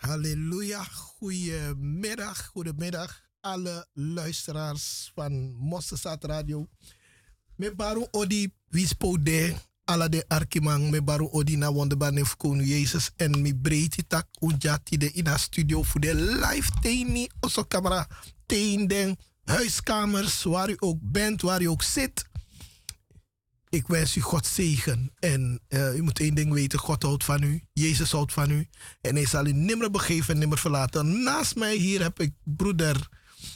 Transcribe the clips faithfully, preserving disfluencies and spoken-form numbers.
Halleluja, goedemiddag, goedemiddag alle luisteraars van Mosterdzaad Radio. Me baru odi wispo de ala de arkimang me baru odi na wonderbaar nefkonu Jezus en mi breiti tak unjati de in haar studio voor de live teini osso camera tein den huiskamers waar u ook bent, waar u ook zit. Ik wens u God zegen. En uh, u moet één ding weten. God houdt van u. Jezus houdt van u. En hij zal u nimmer begeven en nimmer verlaten. Naast mij hier heb ik broeder.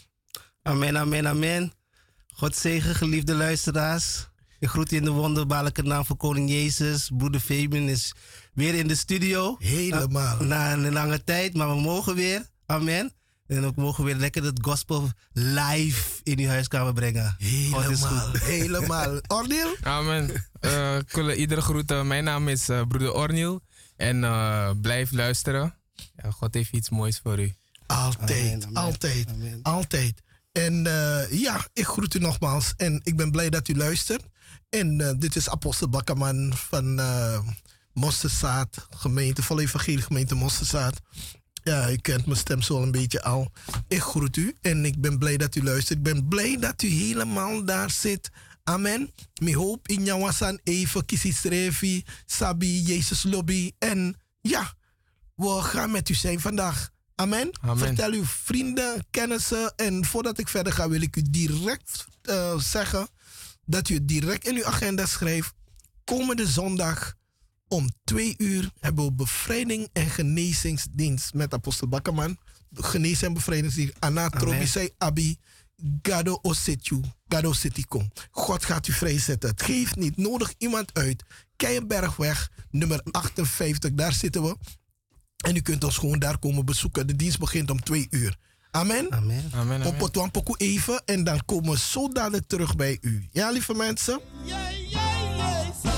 Amen, amen, amen. God zegen, geliefde luisteraars. Ik groet u in de wonderbaarlijke naam van Koning Jezus. Broeder Fabian is weer in de studio. Helemaal. Uh, na een lange tijd, maar we mogen weer. Amen. En ook mogen we weer lekker het gospel live in uw huiskamer brengen. Helemaal, helemaal. Orniel? Amen. Uh, ik wil iedere groeten. Mijn naam is uh, broeder Orniel. En uh, blijf luisteren. Ja, God heeft iets moois voor u. Altijd, amen, amen, altijd, amen. altijd. En uh, ja, ik groet u nogmaals. En ik ben blij dat u luistert. En uh, dit is Apostel Bakkerman van uh, Mosterdzaad, gemeente, volle evangelie gemeente Mosterdzaad. Ja, u kent mijn stem zo al een beetje al. Ik groet u en ik ben blij dat u luistert. Ik ben blij dat u helemaal daar zit. Amen. Mi hoop in Jawasan even kisisrevi, sabi, Jezus lobby. En ja, we gaan met u zijn vandaag. Amen. Amen. Vertel uw vrienden, kennissen. En voordat ik verder ga, wil ik u direct uh, zeggen dat u het direct in uw agenda schrijft. Komende zondag om twee uur hebben we bevrijding en genezingsdienst met apostel Bakkerman. Genees- en bevrijdingsdienst. Anna Trobisei Abi. Gado Osetu. Gado Setikom. God gaat u vrijzetten. Het geeft niet. Nodig iemand uit. Keienbergweg, nummer achtenvijftig. Daar zitten we. En u kunt ons gewoon daar komen bezoeken. De dienst begint om twee uur. Amen. Amen. Amen. Op het Wampoku even. En dan komen we zo dadelijk terug bij u. Ja, lieve mensen? Yeah, yeah, yeah, so.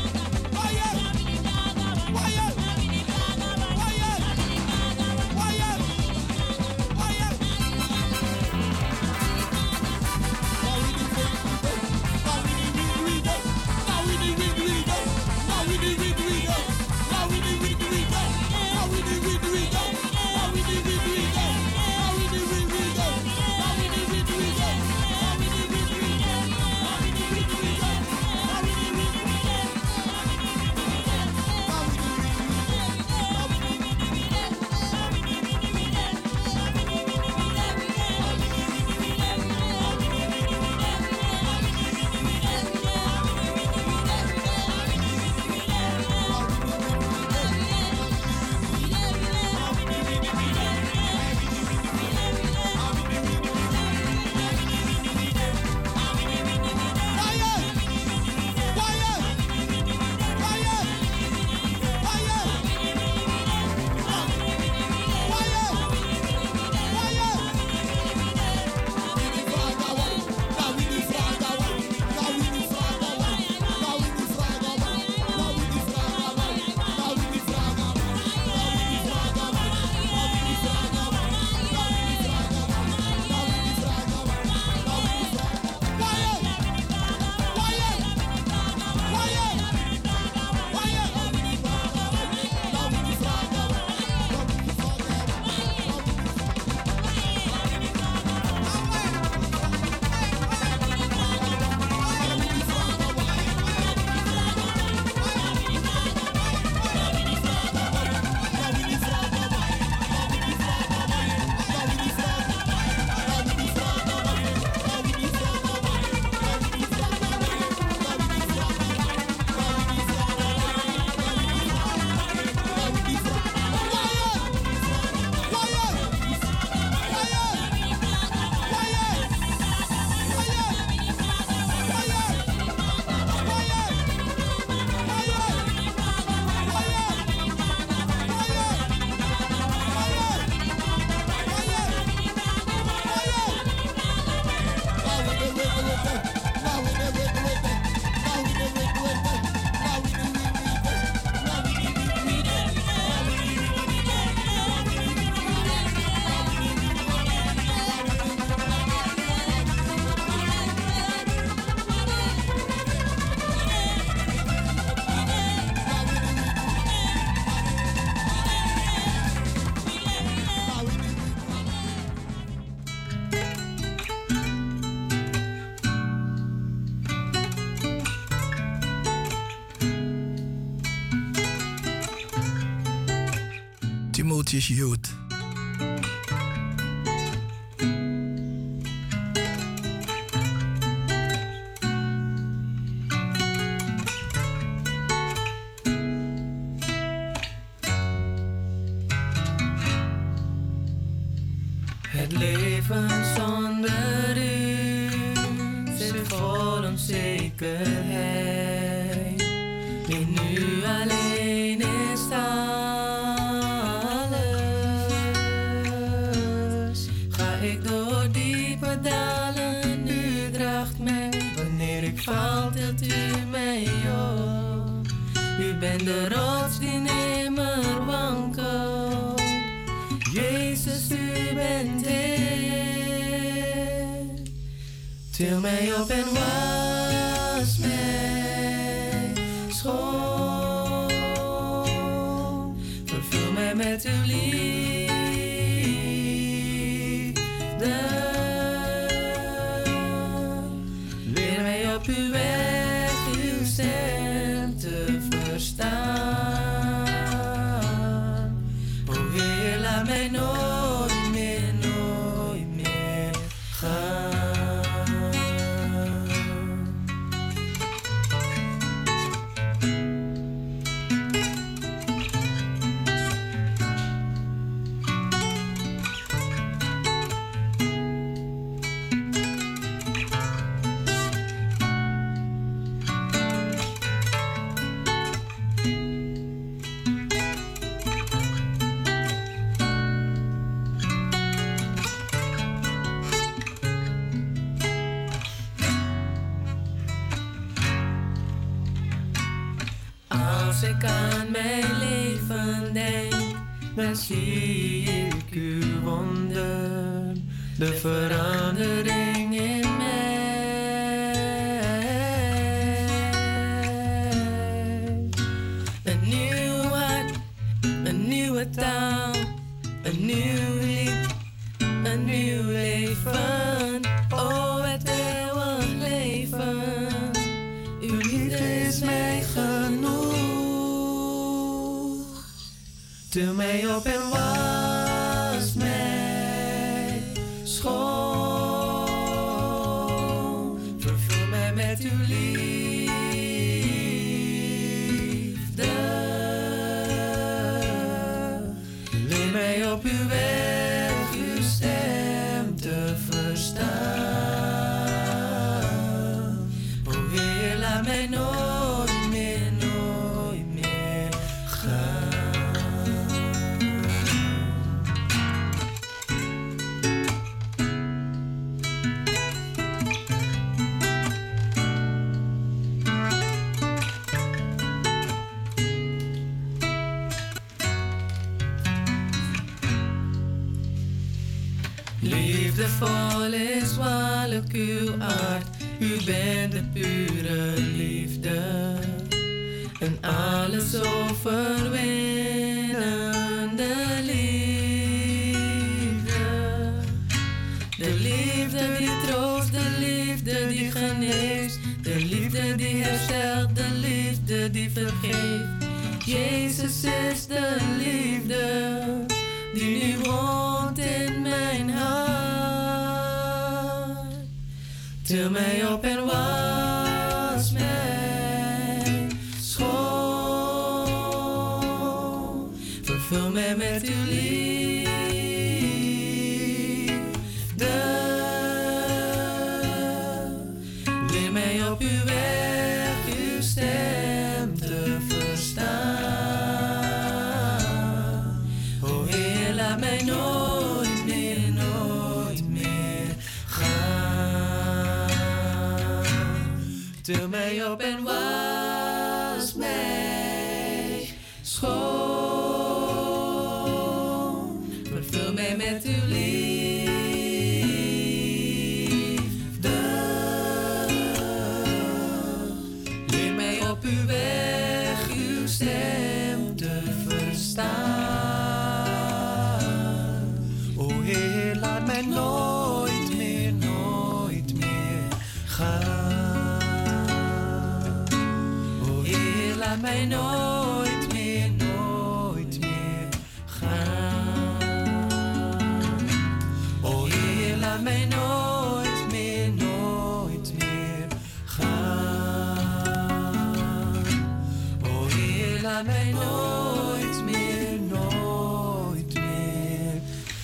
Why Nootjes Jood. Het leven zonder u zit vol onzekerheid. Wie nu alleen is alles. Ga ik door diepe dalen, u draagt mij. Wanneer ik val, tilt u mij op. U bent de rots die nimmer wankelt. Jezus, u bent Heer. Til mij op en was mij schoon. Vervul mij met uw liefde. Leer mij op uw weg, uw stem te verstaan. O Heer, laat mij nooit meer, nooit meer gaan. Als ik aan mijn leven denk, dan zie ik uw wonder, de verandering in mij. Een nieuw hart, een nieuwe taal, een nieuw lied, een nieuw leven. Oh, het eeuwig leven, uw liefde is mij genoeg. Til mij op en was mij schoon. Vervul mij met uw liefde. Leer mij op uw weg, uw stem te verstaan. O Heer, laat mij nooit meer, nooit meer gaan. Liefdevol is walk uw aard, u bent de pure liefde. En alles overwinnende liefde. De liefde die troost, de liefde die geneest. De liefde die herstelt, de liefde die vergeeft. Jezus is de liefde die nu woont in mijn hart. Til mij op en was mij schoon. Vervul mij met uw liefde. Leer mij op uw weg, uw stem te verstaan. O Heer, laat mij nooit meer, nooit meer gaan. Til mij op en was mij schoon. Vervul mij met uw liefde. Leer mij op uw weg, uw stem te verstaan. O Heer, laat mij nooit meer, nooit meer gaan. O Heer, laat mij nooit meer, nooit meer gaan. laat mij nooit meer, nooit meer gaan. O Heer, laat mij nooit meer, nooit meer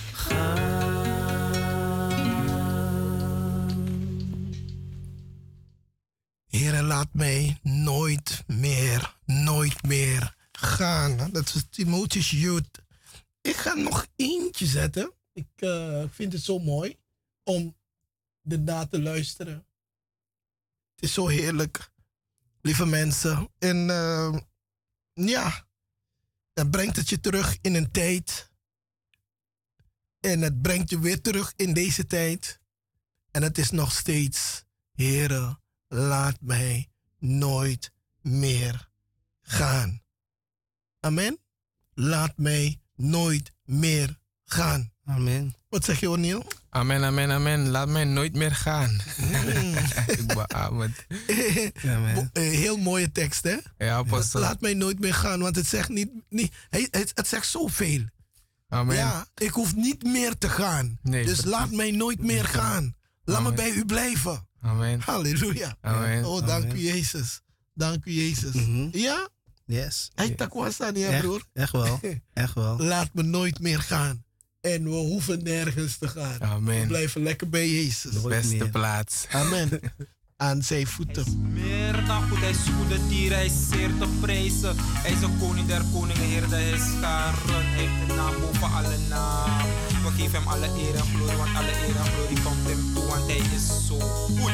gaan. Heer, laat mij nooit meer, nooit meer gaan. Dat is Timotheus Youth. Ik ga nog eentje zetten. Ik uh, vind het zo mooi om ernaar te luisteren. Het is zo heerlijk, lieve mensen. En uh, ja, dan brengt het je terug in een tijd. En het brengt je weer terug in deze tijd. En het is nog steeds, Heere, laat mij nooit meer gaan. Amen. Laat mij nooit meer gaan. Amen. Wat zeg je, O'Neill? Amen, amen, amen. Laat mij nooit meer gaan. Mm. Ik beaam het. Amen. Heel mooie tekst, hè? Ja, apostel. Laat mij nooit meer gaan, want het zegt niet, niet het, het, het zegt zoveel. Amen. Ja, ik hoef niet meer te gaan. Nee, dus precies. laat mij nooit meer gaan. Laat Amen. me bij u blijven. Amen. Halleluja. Amen. Oh, dank Amen. u, Jezus. Dank u, Jezus. Mhm. Ja? Yes. Hij takwasa niet, hè, Echt, broer? echt wel. Echt wel. Laat me nooit meer gaan. En we hoeven nergens te gaan. We Amen. blijven lekker bij Jezus. Nooit Beste meer. plaats. Amen. Aan zijn voeten. Meer dan goed, hij is goede dier, hij is zeer te prijzen. Hij is de koning der koningen, heer der heerscharen. Hij heeft de naam boven alle naam. We geven hem alle eer en glorie, want alle eer en glorie komt hem toe, want hij is zo goed.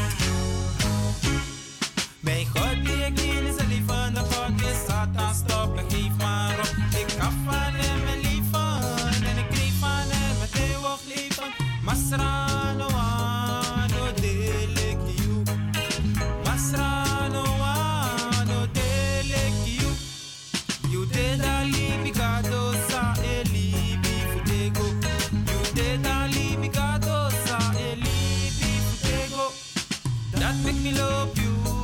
Mijn God die ik dien is een levende God, die Satan stop en geef maar op. Ik gaf van hem mijn leven en ik kreeg van hem het eeuwig leven. Masrano ano delekiu, Masrano ano delekiu. You did a libicado sa elibi futego. You did a libicado sa elibi futego. That make me love you.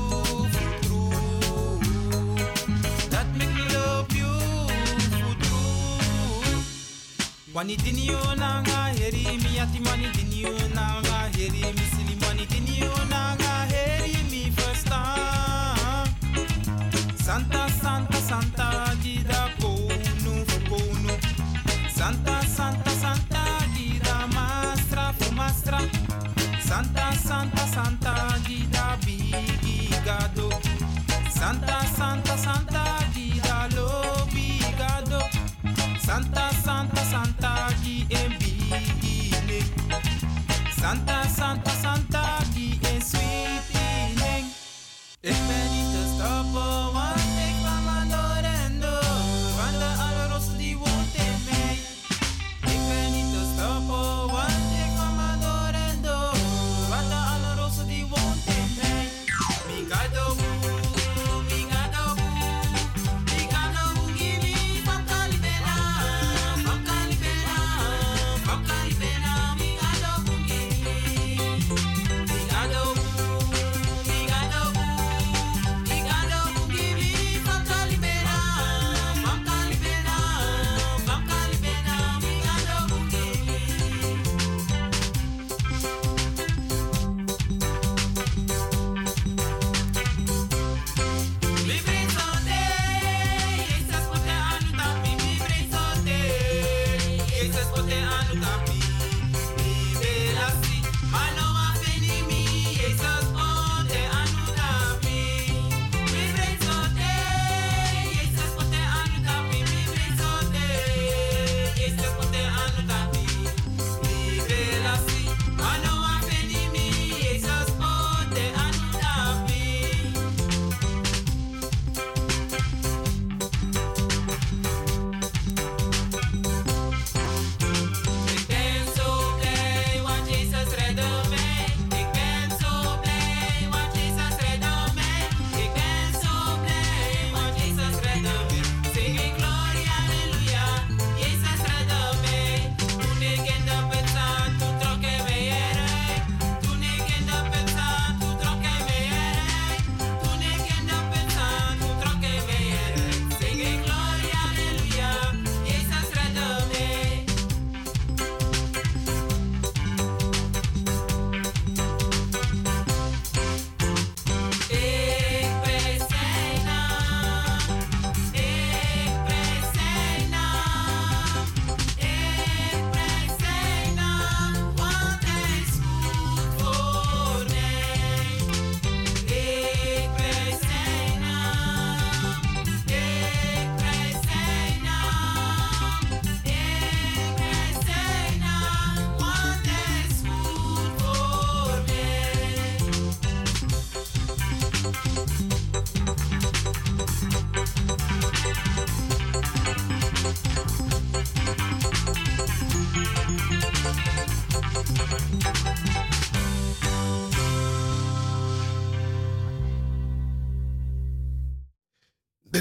Wani dinio nanga heri mi ati mani dinio nanga heri mi sili mani dinio nanga heri mi verstaan. Santa Santa Santa gida konu konu. Santa Santa Santa gida mastra fu mastra. Santa Santa Santa gida bigado. Santa Santa Santa gida lo bigado. Santa, Santa, Santa, die en bigine. Santa, Santa, Santa, die en sweetening. Ik ben niet te stoppen, want ik ga maar door en door. Want de alle rossen die woont in mij. Ik ben niet te stoppen, want ik ga maar door en door. Want de alle rossen die woont in mij. Mikado boe, mikado boe, mikado boe, give me from Calibena.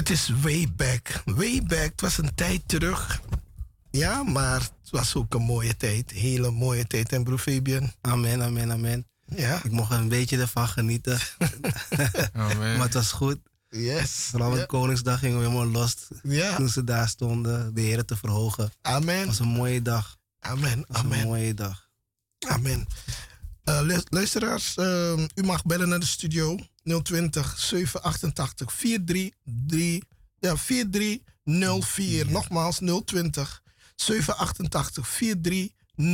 Het is way back. Way back. Het was een tijd terug. Ja, maar het was ook een mooie tijd. Hele mooie tijd. En broer Fabian? Amen, amen, amen. Ja. Ik mocht een beetje ervan genieten. Amen. Maar het was goed. Yes. Vooral met Ja. Koningsdag gingen we helemaal los. Ja. Toen ze daar stonden, de Heer te verhogen. Amen. Het was een mooie dag. Amen. Het was een Amen. mooie dag. Amen. Uh, lu- luisteraars, uh, u mag bellen naar de studio nul twintig, zeven achtentachtig, vierhonderddraaiendertig, ja, vier drie nul vier. Nogmaals nul twintig, zeven achtentachtig, vierhonderddraaiendertig.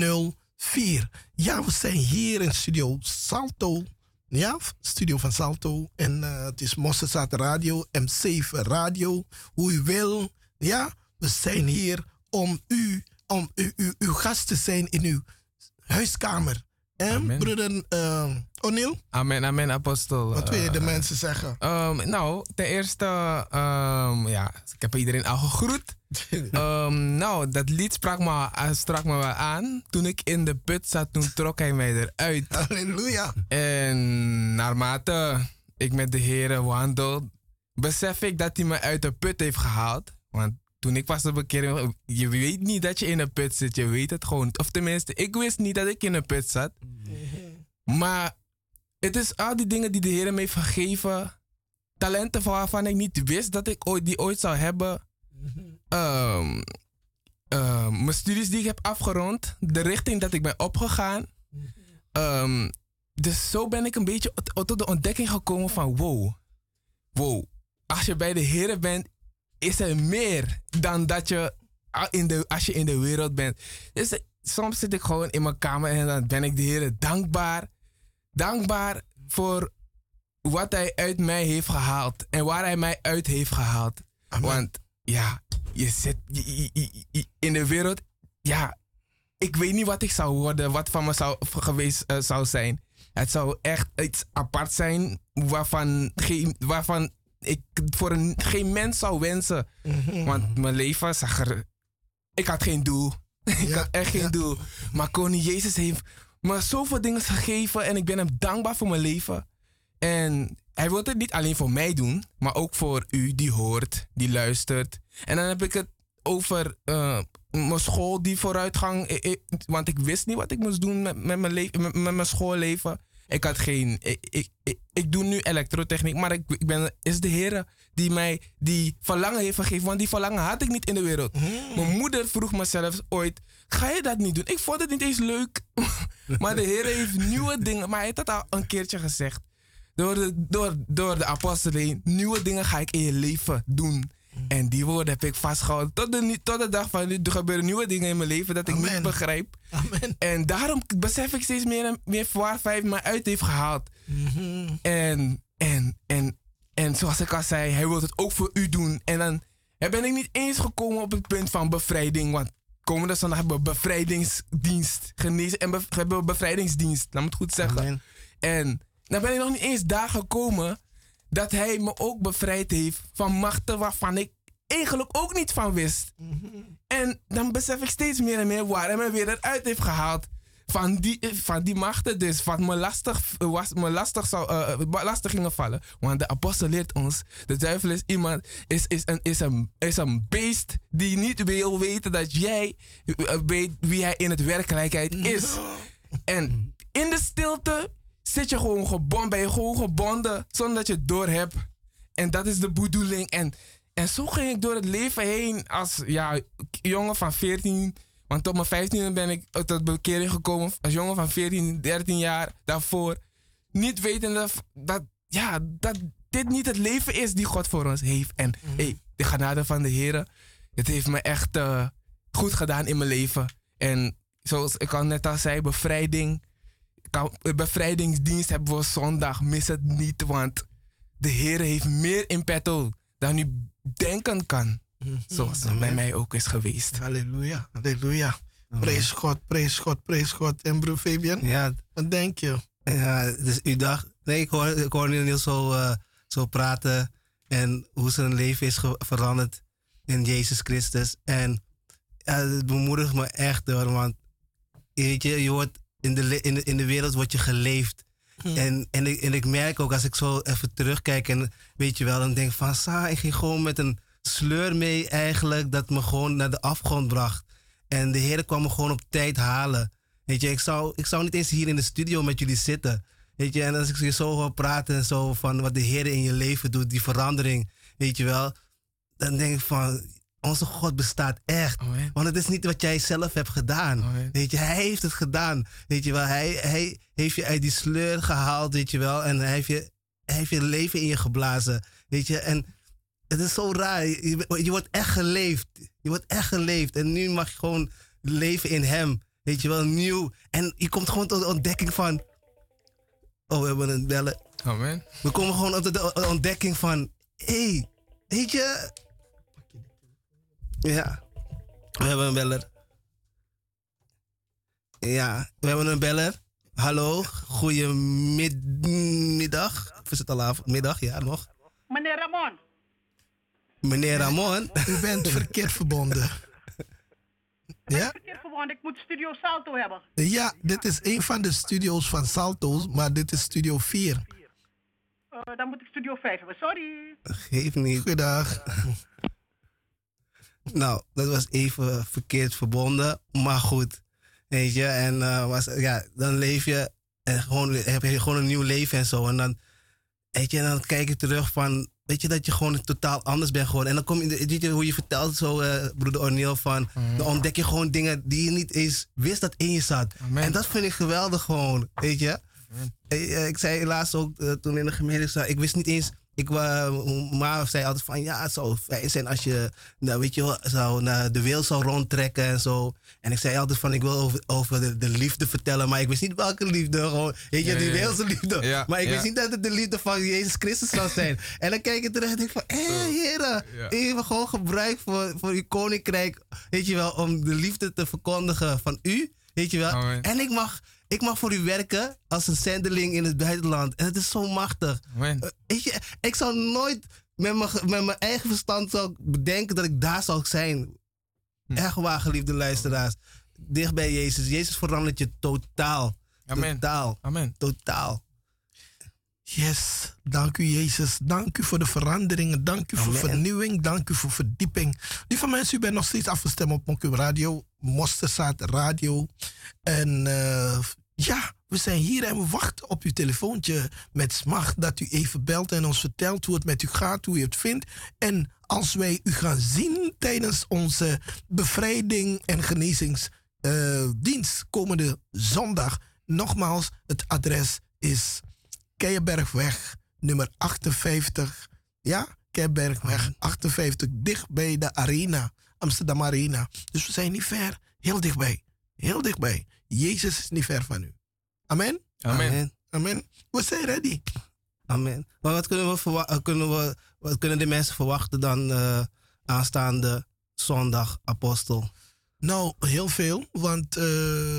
Ja, we zijn hier in studio Salto. Ja, studio van Salto. En uh, het is Mosselzaad Radio, M zeven Radio. Hoe u wil. Ja, we zijn hier om u, om u, u, uw gast te zijn in uw huiskamer. En Amen. broeder uh, O'Neill, Amen, amen, apostel. wat wil je de Eh, mensen zeggen? ehm, nou, ten eerste, ehm, ja, ik heb iedereen al gegroet. Ehm, nou, dat lied sprak me, eh, sprak me wel aan. Toen ik in de put zat, toen trok hij mij eruit. Halleluja. En naarmate ik met de Heer wandel, besef ik dat hij me uit de put heeft gehaald. Want toen ik was op een keer, je weet niet dat je in een put zit, je weet het gewoon niet. Of tenminste, ik wist niet dat ik in een put zat. Maar het is al die dingen die de Heer me heeft gegeven, talenten waarvan ik niet wist dat ik ooit, die ooit zou hebben. Ehm, ehm, mijn studies die ik heb afgerond, de richting dat ik ben opgegaan. Ehm, dus zo ben ik een beetje tot tot de ontdekking gekomen van wow, wow, als je bij de Heer bent, is er meer dan dat je in de, als je in de wereld bent. Dus eh, soms zit ik gewoon in mijn kamer en dan ben ik de Heer dankbaar. Dankbaar voor wat hij uit mij heeft gehaald en waar hij mij uit heeft gehaald. Amen. Want ja, je zit je- je- je- in de wereld, ja, ik weet niet wat ik zou worden, wat van me zou geweest eh, zou zijn. Het zou echt iets apart zijn waarvan, geen, waarvan ik voor een, geen mens zou wensen. Want mijn leven zag er... Ik had geen doel. ik Ja, had echt geen ja. doel. Maar koning Jezus heeft me zoveel dingen gegeven en ik ben hem dankbaar voor mijn leven. En hij wil het niet alleen voor mij doen, maar ook voor u die hoort, die luistert. En dan heb ik het over eh, mijn school, die vooruitgang. Ik- ik- want ik wist niet wat ik moest doen met, met, mijn, leven, met, met mijn schoolleven. Ik had geen. Ik, ik, ik, ik doe nu elektrotechniek, maar ik, ik ben, is de Heer die mij die verlangen heeft gegeven. Want die verlangen had ik niet in de wereld. Mijn moeder vroeg me zelfs ooit: ga je dat niet doen? Ik vond het niet eens leuk. Maar de Heer heeft nieuwe dingen. Maar hij heeft dat al een keertje gezegd. Door de, door, door de apostel heen. Nieuwe dingen ga ik in je leven doen. En die woorden heb ik vastgehouden. Tot de, tot de dag van nu. Er gebeuren nieuwe dingen in mijn leven dat ik Amen. niet begrijp. Amen. En daarom besef ik steeds meer en meer waar hij me uit heeft gehaald. En, en, en, en zoals ik al zei, hij wil het ook voor u doen. En dan ben ik niet eens gekomen op het punt van bevrijding. Want komende zondag hebben we bevrijdingsdienst. Genezen en bev- hebben we bevrijdingsdienst. Laat me het goed zeggen. Amen. En dan ben ik nog niet eens daar gekomen dat hij me ook bevrijd heeft van machten waarvan ik eigenlijk ook niet van wist. En dan besef ik steeds meer en meer waar hij me weer eruit heeft gehaald. Van die, van die machten dus, wat me lastig, was, me lastig, zou, eh, lastig gingen vallen. Want de apostel leert ons, de duivel is iemand, is, is, een, is, een, is een beest die niet wil weten dat jij eh, weet wie hij in het werkelijkheid is. En in de stilte zit je gewoon gebonden, ben je gewoon gebonden zonder dat je het door hebt. En dat is de bedoeling. En, en zo ging ik door het leven heen als ja, jongen van veertien. Want tot mijn vijftiende ben ik tot bekering gekomen als jongen van veertien, dertien jaar daarvoor. Niet wetende dat, dat, ja, dat dit niet het leven is die God voor ons heeft. En hey, de genade van de Heer, het heeft me echt uh, goed gedaan in mijn leven. En zoals ik al net al zei, bevrijding. Bevrijdingsdienst hebben we zondag. Mis het niet, want de Heer heeft meer in petto dan u denken kan. Zoals het bij mij ook is geweest. Halleluja. Halleluja. Prijs God, prijs God, prijs God. En broer Fabian, Ja, wat denk je? ja, dus u dacht... Nee, ik hoor, ik hoor Neil zo, uh, zo praten en hoe zijn leven is ge- veranderd in Jezus Christus. En ja, het bemoedigt me echt hoor, want weet je, je wordt in de, le- in de, in de wereld wordt je geleefd. Hmm. En, en, ik, en ik merk ook als ik zo even terugkijk en weet je wel, dan denk ik van, Sa, ik ging gewoon met een sleur mee eigenlijk, dat me gewoon naar de afgrond bracht. En de Heer kwam me gewoon op tijd halen. Weet je, ik zou, ik zou niet eens hier in de studio met jullie zitten. Weet je, en als ik je zo hoor praten en zo van wat de Heer in je leven doet, die verandering, weet je wel, dan denk ik van, onze God bestaat echt. Amen. Want het is niet wat jij zelf hebt gedaan. Amen. Weet je, hij heeft het gedaan. Weet je wel, hij, hij heeft je uit die sleur gehaald, weet je wel, en hij heeft je, hij heeft je leven in je geblazen. Weet je, en het is zo raar. Je, je wordt echt geleefd. Je wordt echt geleefd. En nu mag je gewoon leven in hem. Weet je wel, nieuw. En je komt gewoon tot de ontdekking van... Oh, we hebben een bellen. Amen. We komen gewoon tot de ontdekking van... Hé, hey, weet je... Ja, we hebben een beller. Ja, we hebben een beller. Hallo, goedemiddag. Of is het al avond? Middag, ja, nog. Meneer Ramon. Meneer Ramon. U bent verkeerd verbonden. Ja? Verkeerd verbonden, ik moet Studio Salto hebben. Ja, dit is een van de studio's van Salto's, maar dit is Studio vier. Uh, dan moet ik Studio vijf hebben, sorry. Geef niet. Goedendag. Nou, dat was even verkeerd verbonden, maar goed. Weet je, en uh, was, ja, dan leef je en gewoon, heb je gewoon een nieuw leven en zo. En dan, weet je, en dan kijk je terug van, weet je, dat je gewoon totaal anders bent geworden. En dan kom je, weet je, hoe je vertelt zo, uh, broeder Orneel, van, mm. dan ontdek je gewoon dingen die je niet eens wist dat in je zat. Amen. En dat vind ik geweldig gewoon, weet je. Uh, ik zei helaas ook, uh, toen in de gemeente, ik wist niet eens... Ik, uh, ma zei altijd van, ja, het zou fijn zijn als je, nou, weet je wel, zou naar de wereld zou rondtrekken en zo. En ik zei altijd van, ik wil over, over de, de liefde vertellen, maar ik wist niet welke liefde, gewoon, weet je, ja, die ja, wereldse liefde. Ja, maar ik ja. wist niet dat het de liefde van Jezus Christus zou zijn. En dan kijk ik terug en denk van, hé, hey, heren, ja. even gewoon gebruik voor, voor uw koninkrijk, weet je wel, om de liefde te verkondigen van u, weet je wel. Amen. En ik mag... Ik mag voor u werken als een zendeling in het buitenland. En het is zo machtig. Uh, weet je, ik zou nooit met mijn, met mijn eigen verstand zou bedenken dat ik daar zou zijn. Hm. Echt waar, geliefde luisteraars. Dicht bij Jezus. Jezus verandert je totaal. Amen. Totaal. Amen. Totaal. Yes, dank u Jezus. Dank u voor de veranderingen. Dank u Amen. voor vernieuwing. Dank u voor verdieping. Lieve mensen, u bent nog steeds afgestemd op Mokum Radio. Mosterdzaad Radio. En uh, ja, we zijn hier en we wachten op uw telefoontje met smacht dat u even belt en ons vertelt hoe het met u gaat, hoe u het vindt. En als wij u gaan zien tijdens onze bevrijding en genezingsdienst uh, komende zondag. Nogmaals, het adres is Keienbergweg nummer achtenvijftig. Ja, Keienbergweg achtenvijftig, dicht bij de Arena, Amsterdam Arena. Dus we zijn niet ver, heel dichtbij. Heel dichtbij. Jezus is niet ver van u. Amen? Amen. Amen. Amen. We zijn ready. Amen. Maar wat kunnen, we verwa- kunnen, we, wat kunnen de mensen verwachten dan uh, aanstaande zondag, apostel? Nou, heel veel. Want uh,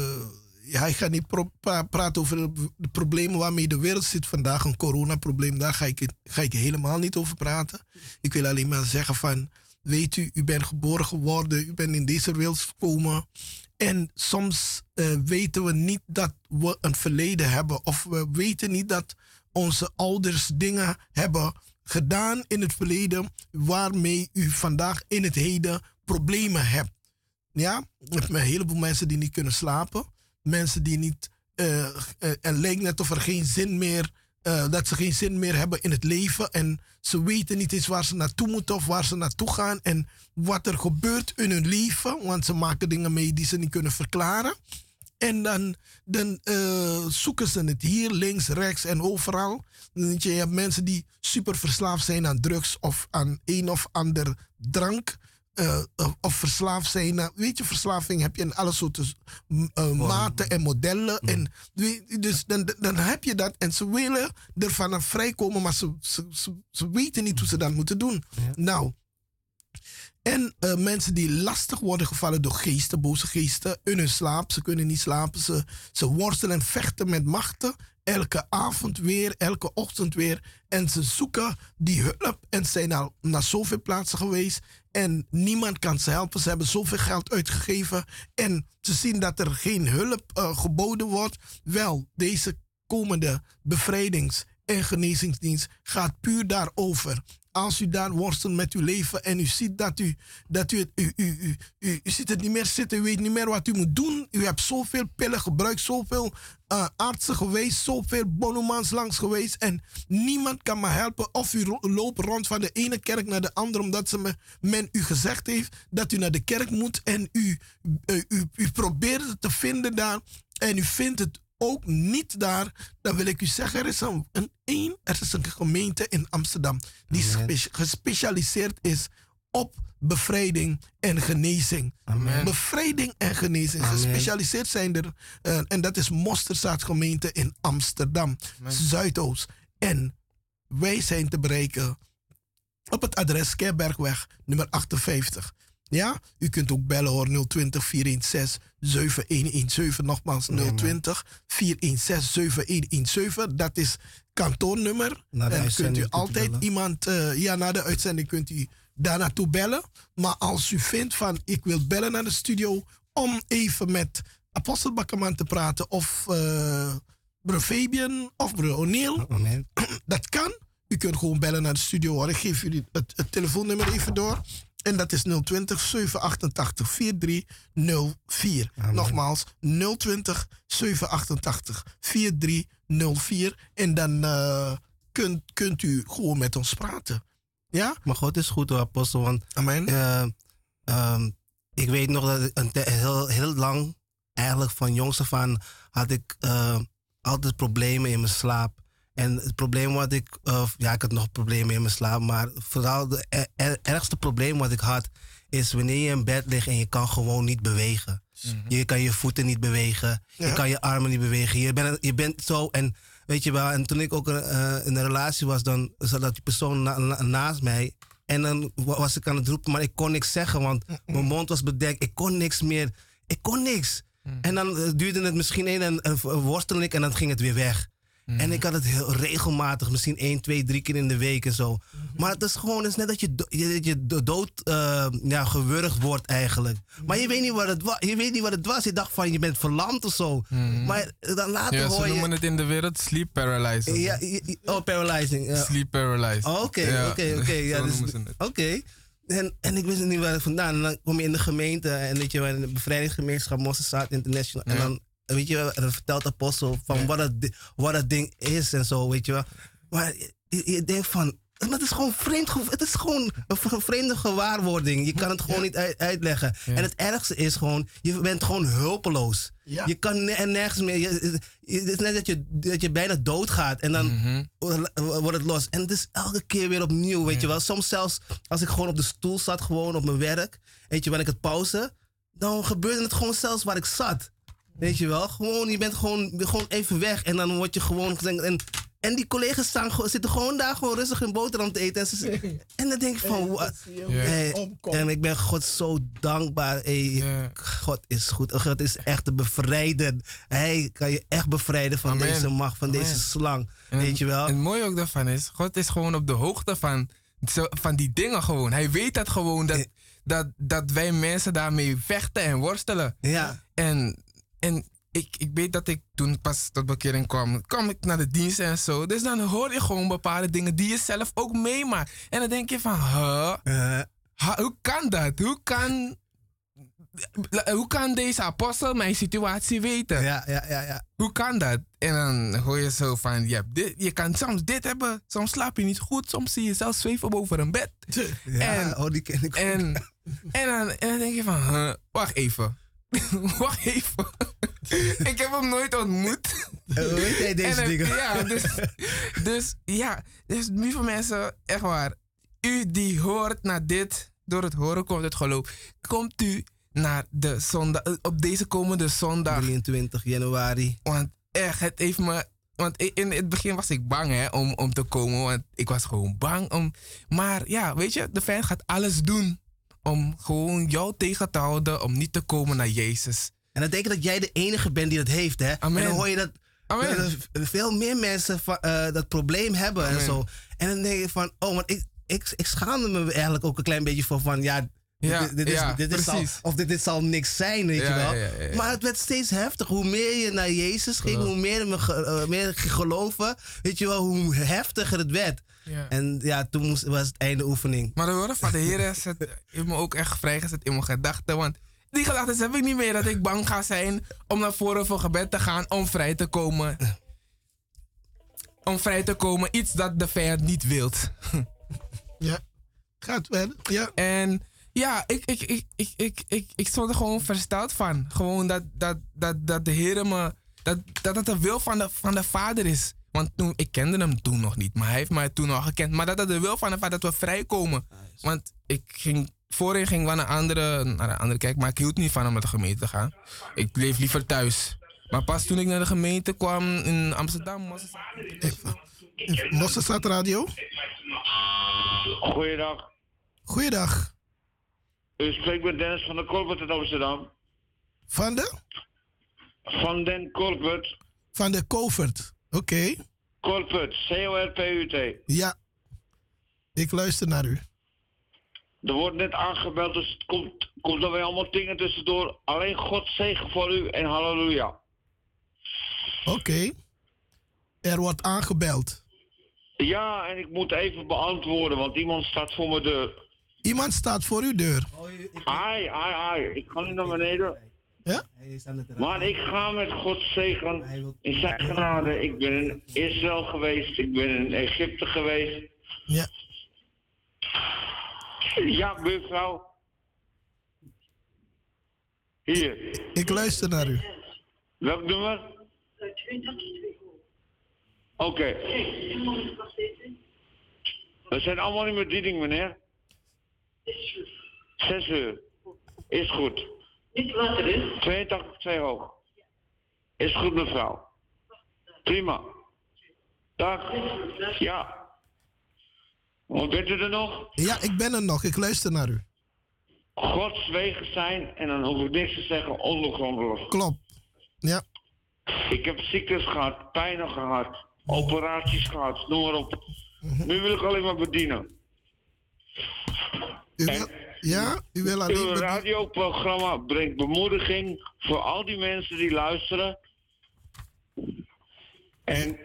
hij gaat niet pro- pra- praten over de problemen waarmee de wereld zit vandaag. Een coronaprobleem, daar ga ik, ga ik helemaal niet over praten. Ik wil alleen maar zeggen van, weet u, u bent geboren geworden, u bent in deze wereld gekomen. En soms uh, weten we niet dat we een verleden hebben. Of we weten niet dat onze ouders dingen hebben gedaan in het verleden waarmee u vandaag in het heden problemen hebt. Ja, er zijn een heleboel mensen die niet kunnen slapen. Mensen die niet... Uh, uh, en lijkt net of er geen zin meer... Uh, dat ze geen zin meer hebben in het leven. En ze weten niet eens waar ze naartoe moeten of waar ze naartoe gaan. En wat er gebeurt in hun leven. Want ze maken dingen mee die ze niet kunnen verklaren. En dan, dan uh, zoeken ze het hier, links, rechts en overal. Je hebt mensen die super verslaafd zijn aan drugs of aan een of ander drank. Uh, of verslaafd zijn. Uh, weet je, verslaving heb je in alle soorten uh, maten en modellen. Mm. En, dus dan, dan heb je dat. En ze willen ervan vrijkomen, maar ze, ze, ze, ze weten niet hoe ze dat moeten doen. Ja. Nou. En uh, mensen die lastig worden gevallen door geesten, boze geesten, in hun slaap. Ze kunnen niet slapen. Ze, ze worstelen en vechten met machten. Elke avond weer, elke ochtend weer. En ze zoeken die hulp. En zijn al naar zoveel plaatsen geweest. En niemand kan ze helpen. Ze hebben zoveel geld uitgegeven. En ze zien dat er geen hulp uh, geboden wordt. Wel, deze komende bevrijdings- en genezingsdienst gaat puur daarover. Als u daar worstelt met uw leven en u ziet dat u, dat u, het, u, u, u, u, u ziet het niet meer zitten, u weet niet meer wat u moet doen. U hebt zoveel pillen gebruikt, zoveel uh, artsen geweest, zoveel bonumans langs geweest en niemand kan me helpen. Of u ro- loopt rond van de ene kerk naar de andere omdat ze me, men u gezegd heeft dat u naar de kerk moet en u, uh, u, u probeert het te vinden daar en u vindt het ook niet daar, dan wil ik u zeggen, er is een, een, een, er is een gemeente in Amsterdam die spe- gespecialiseerd is op bevrijding en genezing. Amen. Bevrijding en genezing. Amen. Gespecialiseerd zijn er, uh, en dat is Mosterzaadgemeente in Amsterdam, Amen. Zuidoost. En wij zijn te bereiken op het adres Kerbergweg nummer achtenvijftig. Ja, u kunt ook bellen hoor, nul twintig, vier een zes, zeven een een zeven. Nogmaals, nul twintig, vier een zes, zeven een een zeven. Dat is kantoornummer. Na de En kunt u uitzending kunt u altijd bellen. iemand, uh, ja, na de uitzending kunt u daar naartoe bellen. Maar als u vindt van, ik wil bellen naar de studio om even met Apostel Bakkerman te praten of uh, broer Fabian of broer O'Neill, Amen. dat kan. U kunt gewoon bellen naar de studio hoor. Ik geef jullie het, het telefoonnummer even door. En dat is nul twintig, zeven achtentachtig, vier drie nul vier. Amen. Nogmaals, nul twintig, zeven achtentachtig, vier drie nul vier. En dan uh, kunt, kunt u gewoon met ons praten. Ja? Maar God is goed hoor, apostel, want Amen. uh, um, ik weet nog dat ik een te- heel, heel lang, eigenlijk van jongs af aan, had ik uh, altijd problemen in mijn slaap. En het probleem wat ik, uh, ja, ik had nog problemen in mijn slaap, maar vooral het er, er, ergste probleem wat ik had, is wanneer je in bed ligt en je kan gewoon niet bewegen. Mm-hmm. Je kan je voeten niet bewegen, Ja. je kan je armen niet bewegen. Je bent, je bent zo, en weet je wel, en toen ik ook uh, in een relatie was, dan zat dat die persoon na, na, naast mij. En dan wa- was ik aan het roepen, maar ik kon niks zeggen, want mm-hmm. mijn mond was bedekt. Ik kon niks meer, ik kon niks. Mm-hmm. En dan uh, duurde het misschien één en uh, worstelde ik en dan ging het weer weg. Mm. En ik had het heel regelmatig, misschien één, twee, drie keer in de week en zo. Mm-hmm. Maar het is gewoon, het is net dat je, do, je, je dood uh, ja, gewurgd wordt eigenlijk. Mm. Maar je weet, niet wat het wa- je weet niet wat het was. Je dacht van, je bent verlamd of zo. Mm. Maar dan later Ja, hoor ze je... noemen het in de wereld sleep paralysis. Ja, ja, oh, paralyzing. Ja. Sleep paralysis. Oké, oké, oké. Ja, Zo dus- noemen ze het. Oké. En, en ik wist niet waar het vandaan. En dan kom je in de gemeente en weet je, in de bevrijdingsgemeenschap Mosterzaad International. En Ja. dan weet je, dan vertelt de apostel van Ja. wat, het, di- wat het ding is en zo, weet je wel. Maar je, je denkt van, maar het is gewoon vreemd, ge- het is gewoon een v- vreemde gewaarwording. Je kan het gewoon Ja. niet uit- uitleggen. Ja. En het ergste is gewoon, je bent gewoon hulpeloos. Ja. Je kan ne- en nergens meer. Je, je- het is net dat je, dat je bijna doodgaat en dan Mhm. wordt het los. En het is elke keer weer opnieuw, weet je wel. Soms zelfs als ik gewoon op de stoel zat, gewoon op mijn werk, weet je, wanneer ik het pauze, dan gebeurde het gewoon zelfs waar ik zat. Weet je wel, gewoon, je bent gewoon, gewoon even weg en dan word je gewoon gezegd. En, en die collega's staan, gewoon- zitten gewoon daar gewoon rustig hun boterham te eten. En, ze, en dan denk ik van, wa- Ja. hey, en ik ben God zo dankbaar. Hey, Ja. God is goed. God is echt te bevrijden. Hij kan je echt bevrijden van Amen. deze macht, van Amen. deze slang. En Weet je wel? En het mooie ook daarvan is, God is gewoon op de hoogte van, zo- van die dingen gewoon. Hij weet dat gewoon, dat, dat, dat wij mensen daarmee vechten en worstelen. Ja. En, en ik, ik weet dat ik toen ik pas tot bekering kwam, kwam ik naar de dienst en zo. Dus dan hoor je gewoon bepaalde dingen die je zelf ook meemaakt. En dan denk je van, huh? Eh, Ha- hoe kan dat? Hoe kan, hoe kan deze apostel mijn situatie weten? ja, ja, ja, ja. Hoe kan dat? En dan hoor je zo van, je, hebt dit, je kan soms dit hebben, soms slaap je niet goed, soms zie je zelfs zweven boven een bed. Ja, En- oh, die ken ik ook. En, en, dan, en dan denk je van, huh, wacht even. wacht even. ik heb hem nooit ontmoet. Eh, Hoe weet jij deze En dan- dingen? Ja, dus, dus ja, dus lieve mensen, echt waar. U die hoort naar dit, door het horen komt het geloof. Komt u naar de zondag, eh, op deze komende zondag. drieëntwintig januari. Want echt, het heeft me... Want i- in het begin was ik bang hè, om, om te komen. Want ik was gewoon bang om... Maar ja, weet je, de vijand gaat alles doen om gewoon jou tegen te houden, om niet te komen naar Jezus. En dat betekent dat jij de enige bent die dat heeft, hè? Amen. En dan hoor je dat, Amen. dat er veel meer mensen van, eh, dat probleem hebben Amen. en zo. En dan denk je van, oh, want ik, ik, ik schaamde me eigenlijk ook een klein beetje voor van, ja, Ja, dit, dit is, ja, dit is al, precies. of dit, dit zal niks zijn, weet Ja, je wel. ja, ja, ja. Maar het werd steeds heftig. Hoe meer je naar Jezus ging, Klopt. hoe meer me ge- uh, meer ik ging geloven, weet je wel, hoe heftiger het werd. Ja. En ja, toen moest, was het einde oefening. Maar de woorden van de Heer zet- heeft me ook echt vrijgezet in mijn gedachten. Want die gedachten heb ik niet meer dat ik bang ga zijn om naar voren voor gebed te gaan om vrij te komen. Om vrij te komen, iets dat de vijand niet wilt. Ja. Gaat verder. Ja. En ja, ik, ik, ik, ik, ik, ik, ik stond er gewoon versteld van. Gewoon dat, dat, dat, dat de Heer me. Dat, dat het de wil van de, van de Vader is. Want toen, ik kende hem toen nog niet, maar hij heeft mij toen al gekend. Maar dat het de wil van de Vader dat we vrijkomen. Want ik ging. Voorheen ging ik wel naar een andere, naar een andere kerk, maar ik hield niet van om naar de gemeente te gaan. Ik bleef liever thuis. Maar pas toen ik naar de gemeente kwam in Amsterdam, was het. Mosterdstad Radio. Goeiedag. Goeiedag. U spreekt met Dennis van de Colbert uit Amsterdam. Van de? Van den Colbert. Van de Covert. Oké. Okay. Colbert, C O R P U T. Ja. Ik luister naar u. Er wordt net aangebeld, dus het komt, komt er weer allemaal dingen tussendoor. Alleen God zegen voor u en halleluja. Oké. Okay. Er wordt aangebeld. Ja, en ik moet even beantwoorden, want iemand staat voor mijn deur. Iemand staat voor uw deur? Ai, ai, ai. Ik ga nu naar beneden. Ja? Maar ik ga met Gods zegen in zijn genade. Ik ben in Israël geweest, ik ben in Egypte geweest. Ja. Ja, buurvrouw. Hier. Ik luister naar u. Welk nummer? Oké. Okay. We zijn allemaal in bediening, meneer. Zes uur. Is goed. Niet wat er is. tweeëntachtig twee hoog. Is goed, mevrouw. Prima. Dag. Ja. Hoe bent u er nog? Ja, ik ben er nog. Ik luister naar u. Gods wegen zijn, en dan hoef ik niks te zeggen, ondergrondelijk. Klopt. Ja. Ik heb ziektes gehad, pijnen gehad, operaties gehad, noem maar op. Mm-hmm. Nu wil ik alleen maar bedienen. U wil, ja, u wil alleen uw bedien- radioprogramma brengt bemoediging voor al die mensen die luisteren. En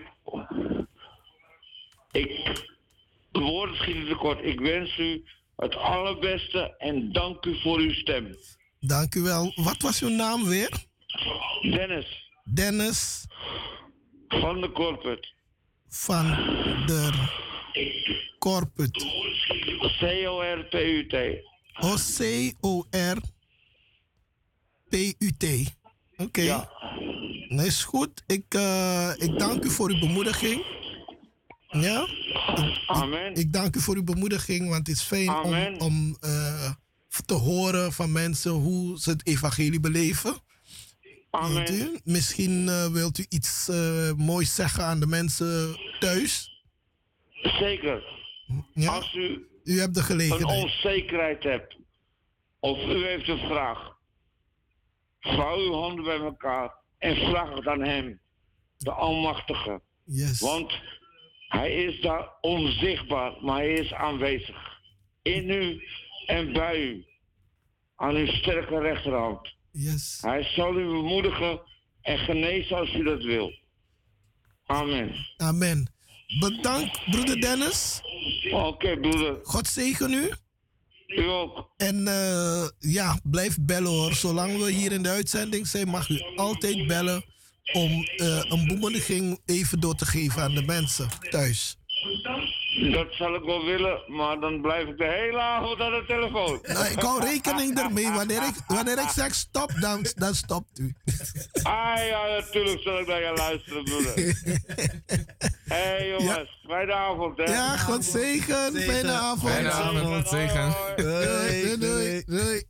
ik, de woorden schieten tekort. Ik wens u het allerbeste en dank u voor uw stem. Dank u wel. Wat was uw naam weer? Dennis. Dennis. Van de Corput. Van de Corput. C O R P U T. O C O R P U T. Oké. Okay. Ja. Nee, is goed. Ik, uh, ik dank u voor uw bemoediging. Ja? Ik, Amen. Ik, ik dank u voor uw bemoediging, want het is fijn Amen. om, om uh, te horen van mensen hoe ze het evangelie beleven. Amen. U? Misschien uh, wilt u iets uh, moois zeggen aan de mensen thuis. Zeker. Ja? Als u, u hebt de een gelegenheid. onzekerheid hebt, of u heeft een vraag, vouw uw handen bij elkaar en vraag het aan hem, de Almachtige. Yes. Want hij is daar onzichtbaar, maar hij is aanwezig. In u en bij u. Aan uw sterke rechterhand. Yes. Hij zal u bemoedigen en genezen als u dat wil. Amen. Amen. Bedankt, broeder Dennis. Oké, okay, broeder. God zegen u. U ook. En uh, ja, blijf bellen hoor. Zolang we hier in de uitzending zijn, mag u altijd bellen om uh, een bemoediging even door te geven aan de mensen thuis. Dat zal ik wel willen, maar dan blijf ik de hele avond aan de telefoon. Nou, ik hou rekening ermee. Wanneer ik, wanneer ik zeg stop, dan, dan stopt u. Ah ja, natuurlijk zal ik naar je luisteren, broeder. Hé hey, jongens, ja. Fijne avond hè. Ja, God zegen. zegen. Fijne avond. Fijne avond, zegen. Doei, doei, doei.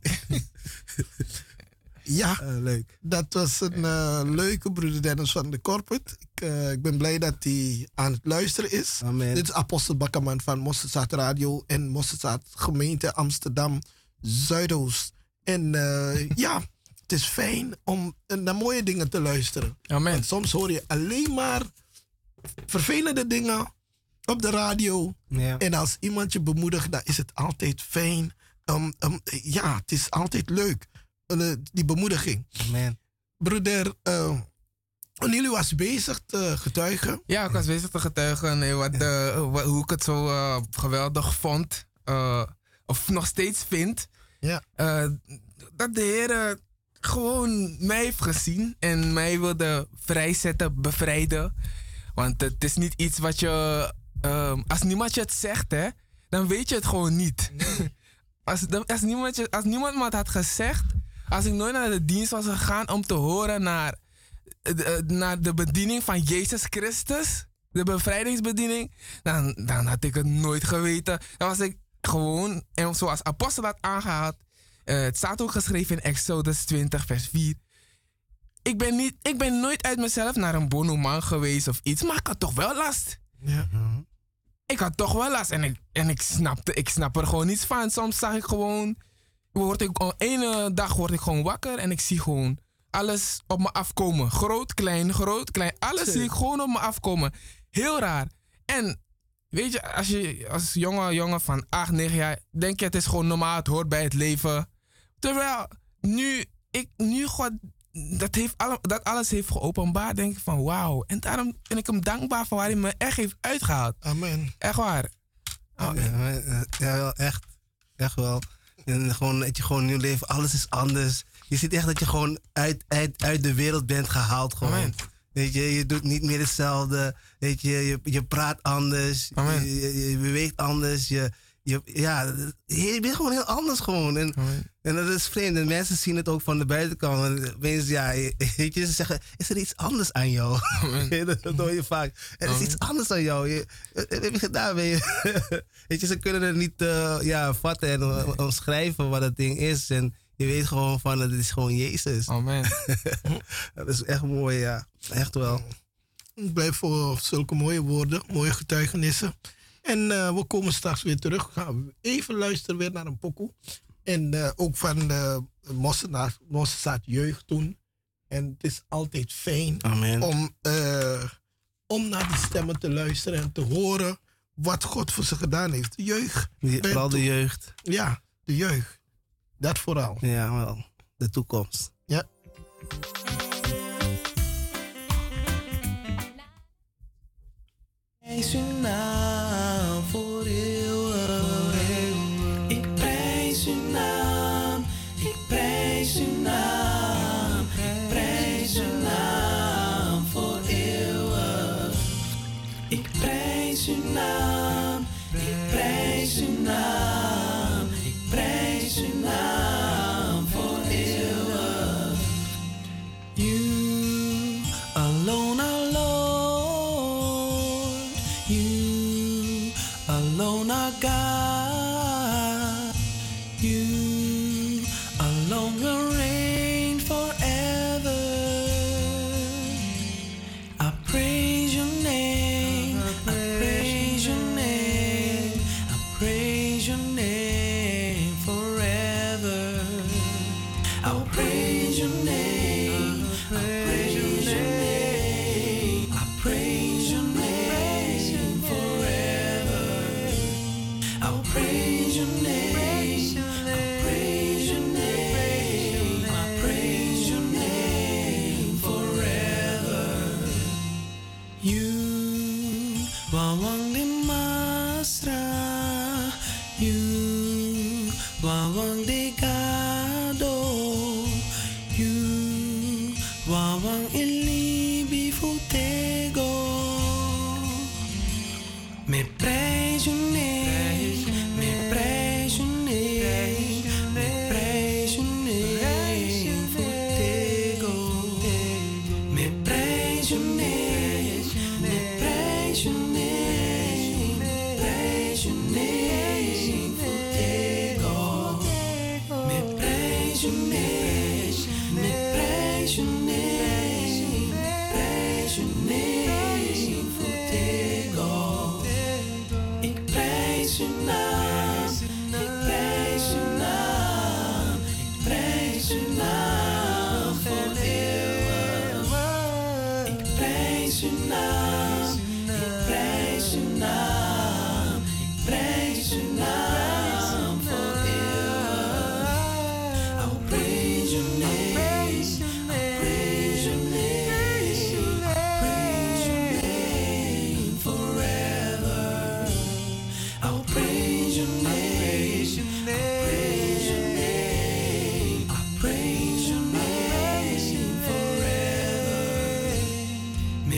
Ja, uh, leuk. Dat was een uh, leuke broeder Dennis van de Corput. Ik, uh, ik ben blij dat hij aan het luisteren is. Amen. Dit is Apostel Bakkerman van Mosterdstad Radio en Mosterdstad Gemeente Amsterdam Zuidoost. En uh, ja, het is fijn om naar mooie dingen te luisteren. Amen. Want soms hoor je alleen maar vervelende dingen op de radio. Ja. En als iemand je bemoedigt, dan is het altijd fijn um, um, ja, het is altijd leuk. Uh, die bemoediging. Amen. Broeder, uh, jullie was bezig te getuigen. Ja, ik was bezig te getuigen nee, wat, uh, wat, hoe ik het zo uh, geweldig vond. Uh, of nog steeds vind. Ja. Uh, dat de Heer uh, gewoon mij heeft gezien. En mij wilde vrijzetten, bevrijden. Want het is niet iets wat je... Uh, als niemand je het zegt, hè, dan weet je het gewoon niet. Nee. als, als, niemand je, als niemand me het had gezegd... Als ik nooit naar de dienst was gegaan om te horen naar... De, naar de bediening van Jezus Christus, de bevrijdingsbediening, dan, dan had ik het nooit geweten. Dan was ik gewoon, en zoals apostel had aangehaald, uh, het staat ook geschreven in Exodus twintig, vers vier. Ik ben, niet, ik ben nooit uit mezelf naar een bonoman geweest of iets, maar ik had toch wel last. Ja. Ik had toch wel last en ik, en ik, snapte, ik snap er gewoon niets van. Soms zag ik gewoon, word ik, ene dag word ik gewoon wakker en ik zie gewoon alles op me afkomen. Groot, klein, groot, klein. Alles Zee. zie ik gewoon op me afkomen. Heel raar. En weet je, als je als jonge jongen van acht, negen jaar... denk je het is gewoon normaal, het hoort bij het leven. Terwijl nu, ik, nu God dat, heeft alle, dat alles heeft geopenbaard, denk ik van wauw. En daarom ben ik hem dankbaar voor waar hij me echt heeft uitgehaald. Amen. Echt waar. Amen. Ja, wel, echt. Echt wel. En gewoon dat je gewoon nu leven, alles is anders. Je ziet echt dat je gewoon uit, uit, uit de wereld bent gehaald. Gewoon. Amen. Weet je, je doet niet meer hetzelfde. Weet je, je, je praat anders. Amen. Je, je, je beweegt anders. Je, je, ja, je bent gewoon heel anders gewoon. En, en dat is vreemd. En mensen zien het ook van de buitenkant. En mensen, ja, weet je, ze zeggen, is er iets anders aan jou? Dat hoor je vaak. Er is Amen. iets anders aan jou. Je, wat heb je gedaan? Ben je, weet je, ze kunnen het niet uh, ja, vatten en omschrijven wat het ding is. En je weet gewoon van, het is gewoon Jezus. Amen. Dat is echt mooi, ja. Echt wel. Ik blijf voor zulke mooie woorden, mooie getuigenissen. En uh, we komen straks weer terug. Gaan we even luisteren weer naar een pokoe. En uh, ook van de Mosselstaat Jeugd toen. En het is altijd fijn Amen. Om, uh, om naar die stemmen te luisteren en te horen wat God voor ze gedaan heeft. De jeugd. Die, vooral de jeugd. Ja, de jeugd. Dat vooral. Ja, wel. De toekomst. Ja. Prijs uw naam voor eeuwig. Ik prijs uw naam, ik prijs uw naam, ik prijs uw naam voor eeuwig. Ik prijs uw naam, ik prijs uw naam, ik prijs uw naam voor eeuwig. You alone are Lord, you alone are God, you alone will reign forever. I praise your name, I praise your name, I praise your name forever. I'll praise your name, I praise your name, I praise your name forever. I'll praise your name, I praise your name, I praise your name forever. You wawang di masra, you wawang di gado, you wawang ilibi futego. Me praise your name, me praise your name, me praise your name futego. Me praise your name, me praise your name, me praise your name futego. Me praise your name, me praise your name, me praise your name futego.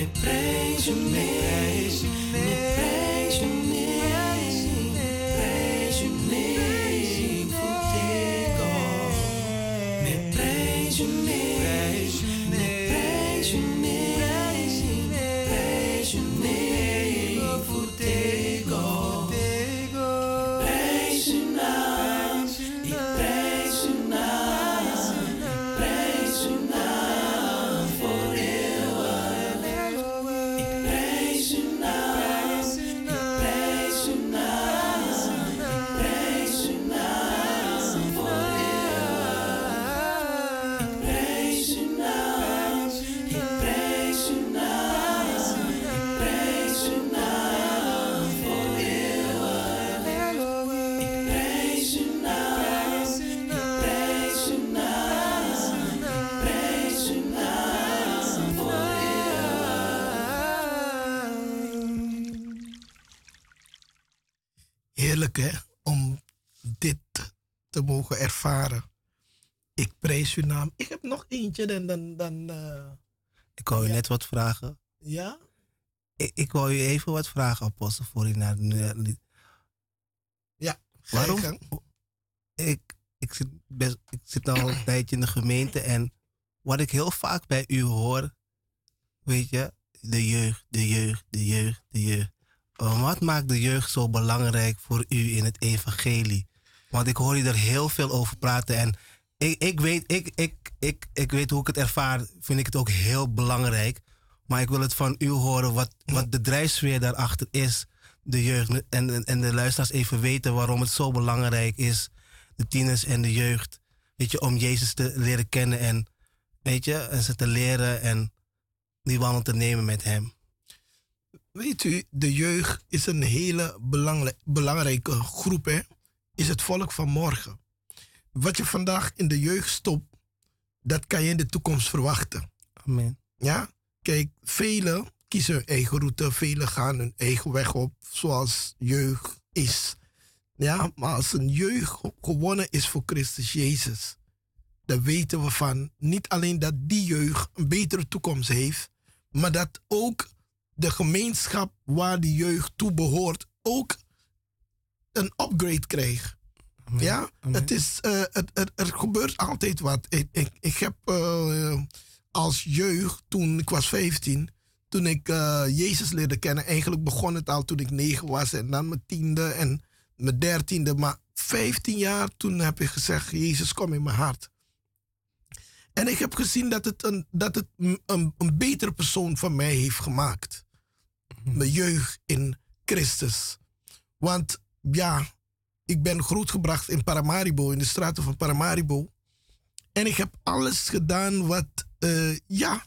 Me prijs je mee, me prijs je mee, prijs je mee voor Tego. Me prijs je mee, me prijs je mee, prijs je mee voor Tego. Prijs je naam, ik prijs je naam, ik prijs je naam voor eeuwig. Ik prijs je naam, ik prijs je naam, ik prijs je naam voor eeuwig. Ik prijs je naam, ik prijs je naam, ik prijs je naam voor eeuwig. Ik prijs je naam, ik prijs je naam, ik prijs je naam voor eeuwig. Heerlijk hè, om dit te mogen ervaren. Ik prijs uw naam. Ik heb nog eentje en dan... dan uh, Ik wou je Ja. net wat vragen. ja? Ik, ik wou je even wat vragen, Apostel, voor je naar de lied. Ja. ga je Waarom? gang. Ik, ik, zit best, ik zit al een tijdje in de gemeente en wat ik heel vaak bij u hoor, weet je, de jeugd, de jeugd, de jeugd, de jeugd. Uh, wat maakt de jeugd zo belangrijk voor u in het evangelie? Want ik hoor je er heel veel over praten en ik, ik, weet, ik, ik, ik, ik weet hoe ik het ervaar, vind ik het ook heel belangrijk. Maar ik wil het van u horen wat, wat de drijfsfeer daarachter is, de jeugd. En, en, en de luisteraars even weten waarom het zo belangrijk is, de tieners en de jeugd. Weet je, om Jezus te leren kennen en, weet je, en ze te leren en die wandel te nemen met hem. Weet u, de jeugd is een hele belangrij- belangrijke groep, hè? Is het volk van morgen. Wat je vandaag in de jeugd stopt, dat kan je in de toekomst verwachten. Amen. Ja? Kijk, velen kiezen hun eigen route, velen gaan hun eigen weg op, zoals jeugd is. Ja, maar als een jeugd gewonnen is voor Christus Jezus, dan weten we van niet alleen dat die jeugd een betere toekomst heeft, maar dat ook de gemeenschap waar die jeugd toe behoort ook een upgrade krijgt. Amen. Ja, Amen. het is, uh, het, er, er gebeurt altijd wat. Ik, ik, ik heb uh, als jeugd, toen ik was vijftien, toen ik uh, Jezus leerde kennen, eigenlijk begon het al toen ik negen was en dan mijn tiende en mijn dertiende. Maar vijftien jaar, toen heb ik gezegd, Jezus, kom in mijn hart. En ik heb gezien dat het een, dat het een, een betere persoon van mij heeft gemaakt. Mijn jeugd in Christus. Want ja, ik ben grootgebracht in Paramaribo, in de straten van Paramaribo. En ik heb alles gedaan wat, uh, ja,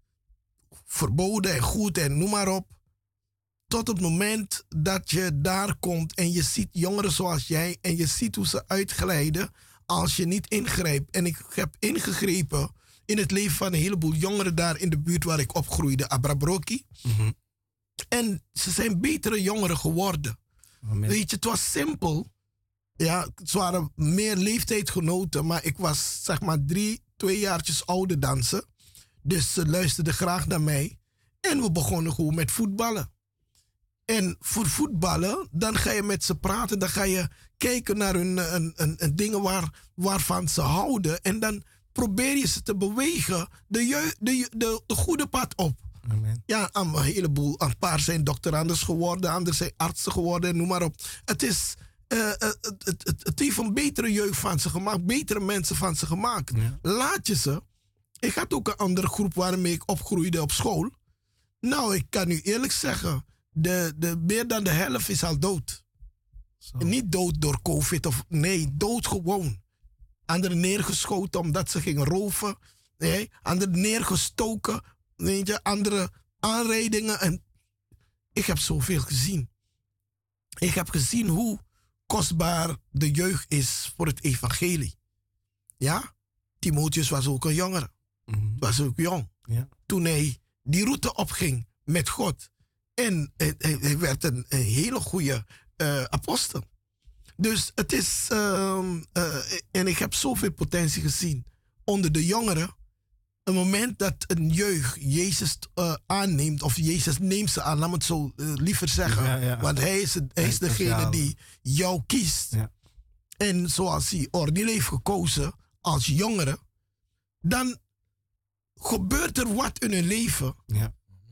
verboden en goed en noem maar op. Tot het moment dat je daar komt en je ziet jongeren zoals jij en je ziet hoe ze uitglijden als je niet ingrijpt. En ik heb ingegrepen in het leven van een heleboel jongeren daar in de buurt waar ik opgroeide, Abrabroki. Mm-hmm. En ze zijn betere jongeren geworden. Amen. Weet je, het was simpel. Ja, ze waren meer leeftijdgenoten, maar ik was zeg maar drie, twee jaartjes ouder dan ze. Dus ze luisterden graag naar mij. En we begonnen gewoon met voetballen. En voor voetballen, dan ga je met ze praten. Dan ga je kijken naar hun een, een, een dingen waar, waarvan ze houden. En dan probeer je ze te bewegen de, je, de, de, de goede pad op. Amen. Ja, een heleboel. Een paar zijn doctorandus geworden, anderen zijn artsen geworden, noem maar op. Het is... Uh, het, het, het, het heeft een betere jeugd van ze gemaakt, betere mensen van ze gemaakt. Ja. Laat je ze. Ik had ook een andere groep waarmee ik opgroeide op school. Nou, ik kan u eerlijk zeggen, de, de, meer dan de helft is al dood. Zo. En niet dood door COVID of nee, dood gewoon. Anderen neergeschoten omdat ze gingen roven. Nee, anderen neergestoken. Weet je, andere aanrijdingen. En ik heb zoveel gezien. Ik heb gezien hoe kostbaar de jeugd is voor het evangelie. Ja? Timotheus was ook een jongere. Mm-hmm. Was ook jong. Ja. Toen hij die route opging met God. En hij, hij werd een, een hele goede uh, apostel. Dus het is... Uh, uh, en ik heb zoveel potentie gezien onder de jongeren. een moment dat een jeugd Jezus uh, aanneemt, of Jezus neemt ze aan, laat me het zo uh, liever zeggen. Ja, ja. Want hij is, het, hij is degene speciaal. Die jou kiest. Ja. En zoals hij Ornil heeft gekozen als jongere, dan gebeurt er wat in hun leven. Ja.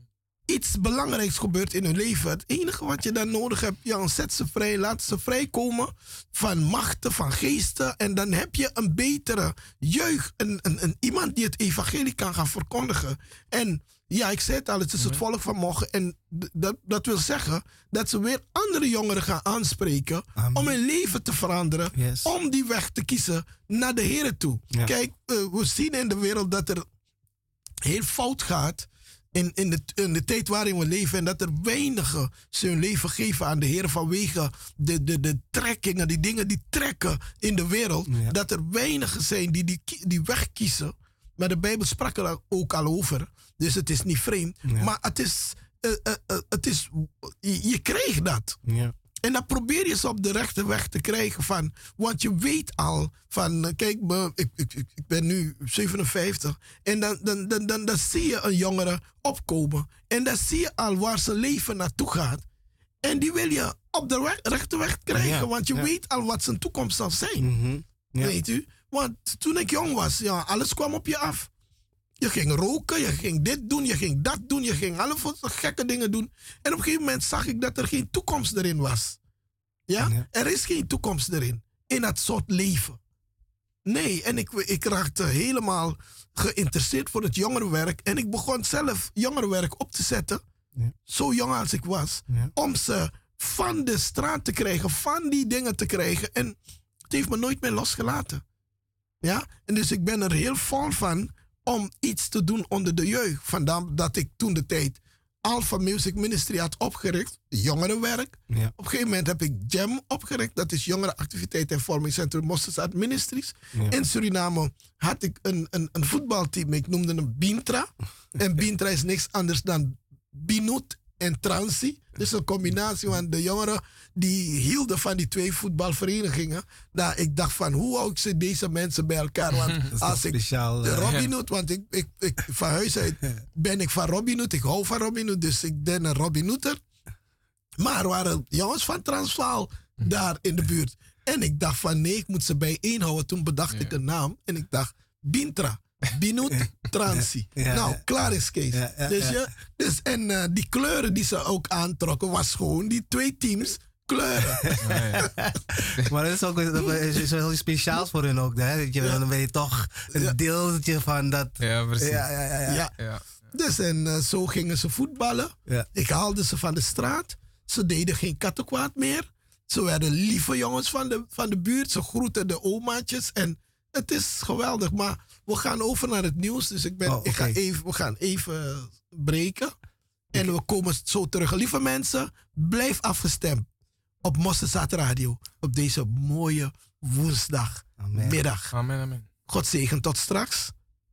Iets belangrijks gebeurt in hun leven. Het enige wat je dan nodig hebt, ja, zet ze vrij, laat ze vrijkomen van machten, van geesten. En dan heb je een betere jeugd, een, een, een, iemand die het evangelie kan gaan verkondigen. En ja, ik zei het al, het is het volk van morgen. En dat, dat wil zeggen dat ze weer andere jongeren gaan aanspreken. Amen. Om hun leven te veranderen. Yes. Om die weg te kiezen naar de Heer toe. Ja. Kijk, uh, we zien in de wereld dat er heel fout gaat. In, in, de, in de tijd waarin we leven. En dat er weinigen hun leven geven aan de Heer. Vanwege de, de, de trekkingen, die dingen die trekken in de wereld. Ja. Dat er weinigen zijn die die, die weg kiezen. Maar de Bijbel sprak er ook al over. Dus het is niet vreemd. Ja. Maar het is, uh, uh, uh, het is je, je krijgt dat. Ja. En dan probeer je ze op de rechte weg te krijgen. Van, want je weet al van, uh, kijk, uh, ik, ik, ik ben nu zevenenvijftig. En dan, dan, dan, dan, dan zie je een jongere opkomen. En dan zie je al waar zijn leven naartoe gaat. En die wil je op de weg, rechte weg krijgen. Ja. Want je ja. weet al wat zijn toekomst zal zijn. Mm-hmm. Ja. Weet u? Want toen ik jong was, ja, alles kwam op je af. Je ging roken, je ging dit doen, je ging dat doen, je ging alle gekke dingen doen. En op een gegeven moment zag ik dat er geen toekomst erin was. Ja? Ja. Er is geen toekomst erin, in dat soort leven. Nee, en ik, ik raakte helemaal geïnteresseerd voor het jongerenwerk. En ik begon zelf jongerenwerk op te zetten, ja. zo jong als ik was. Ja. Om ze van de straat te krijgen, van die dingen te krijgen. En het heeft me nooit meer losgelaten. Ja? En dus ik ben er heel vol van om iets te doen onder de jeugd. Vandaar dat ik toen de tijd Alpha Music Ministry had opgericht. Jongerenwerk. Ja. Op een gegeven moment heb ik Jam opgericht. Dat is Jongerenactiviteit en Vormingscentrum Mosterdzaad Ministries. Ja. In Suriname had ik een, een, een voetbalteam. Ik noemde hem Bintra. En Bintra is niks anders dan Binut en Transi. Dus een combinatie van de jongeren die hielden van die twee voetbalverenigingen. Nou, ik dacht van, hoe hou ik ze deze mensen bij elkaar? Want als ik speciaal, de Robin Hood, want ik, ik, ik, van huis uit ben ik van Robin Hood. Ik hou van Robin Hood, dus ik ben een Robin Hooder. Maar er waren jongens van Transvaal daar in de buurt. En ik dacht van, nee, ik moet ze bijeenhouden. Toen bedacht ja. ik een naam en ik dacht, Bintra. Binut Transi. Ja, ja, nou, ja. klaar is Kees. Ja, ja, dus, ja, dus, en uh, die kleuren die ze ook aantrokken, was gewoon die twee teams kleuren. Ja, ja. Maar dat is ook is heel speciaals voor hun ook. Hè? Je, ja. Dan ben je toch een ja. deeltje van dat. Ja, precies. Ja, ja, ja, ja. ja. ja. Dus en uh, zo gingen ze voetballen. Ja. Ik haalde ze van de straat. Ze deden geen kattenkwaad meer. Ze werden lieve jongens van de, van de buurt. Ze groeten de omaatjes. En het is geweldig. Maar we gaan over naar het nieuws. Dus ik ben, oh, okay. ik ga even, we gaan even breken. En we komen zo terug. Lieve mensen, blijf afgestemd op Mosterdzaad Radio. Op deze mooie woensdagmiddag. Amen, amen. God zegen, tot straks.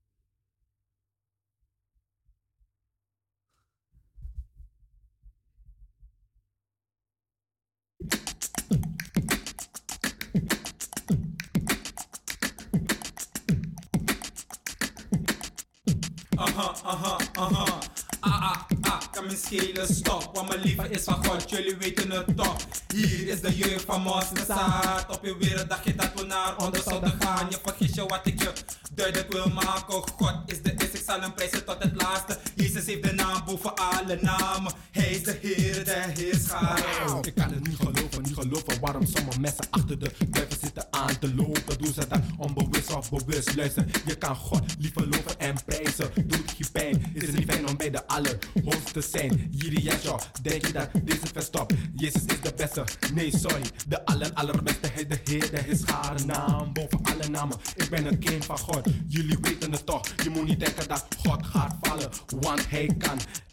Aha, aha, aha. Ah, ah, ah, kan me schelen, stop. Want mijn lieve is van God, jullie weten het toch. Hier is de jeugd van Mosterdzaad. Op je weer een dagje dat we naar onder zouden gaan. Je vergis je wat ik je duidelijk wil maken. God is de is, ik zal hem prijzen tot het laatste. Jezus heeft de naam boven alle namen. Hij is de Heer, de Heerscharen. Wow. Ik kan het niet geloven, niet geloven waarom sommige mensen achter de duivel zitten aan te lopen. Doen ze dat onbewust of bewust? Luister, je kan God liever loven en prijzen. Doet je pijn, is het niet fijn om bij de allerhoogste te zijn. Jullie Yeshua, denk je dat deze verstopt? Jezus is de beste, nee sorry. De aller allerbeste, hij de Heer, de Heerscharen. Naam boven alle namen, ik ben een kind van God. Jullie weten het toch, je moet niet denken dat God gaat vallen, want hij kan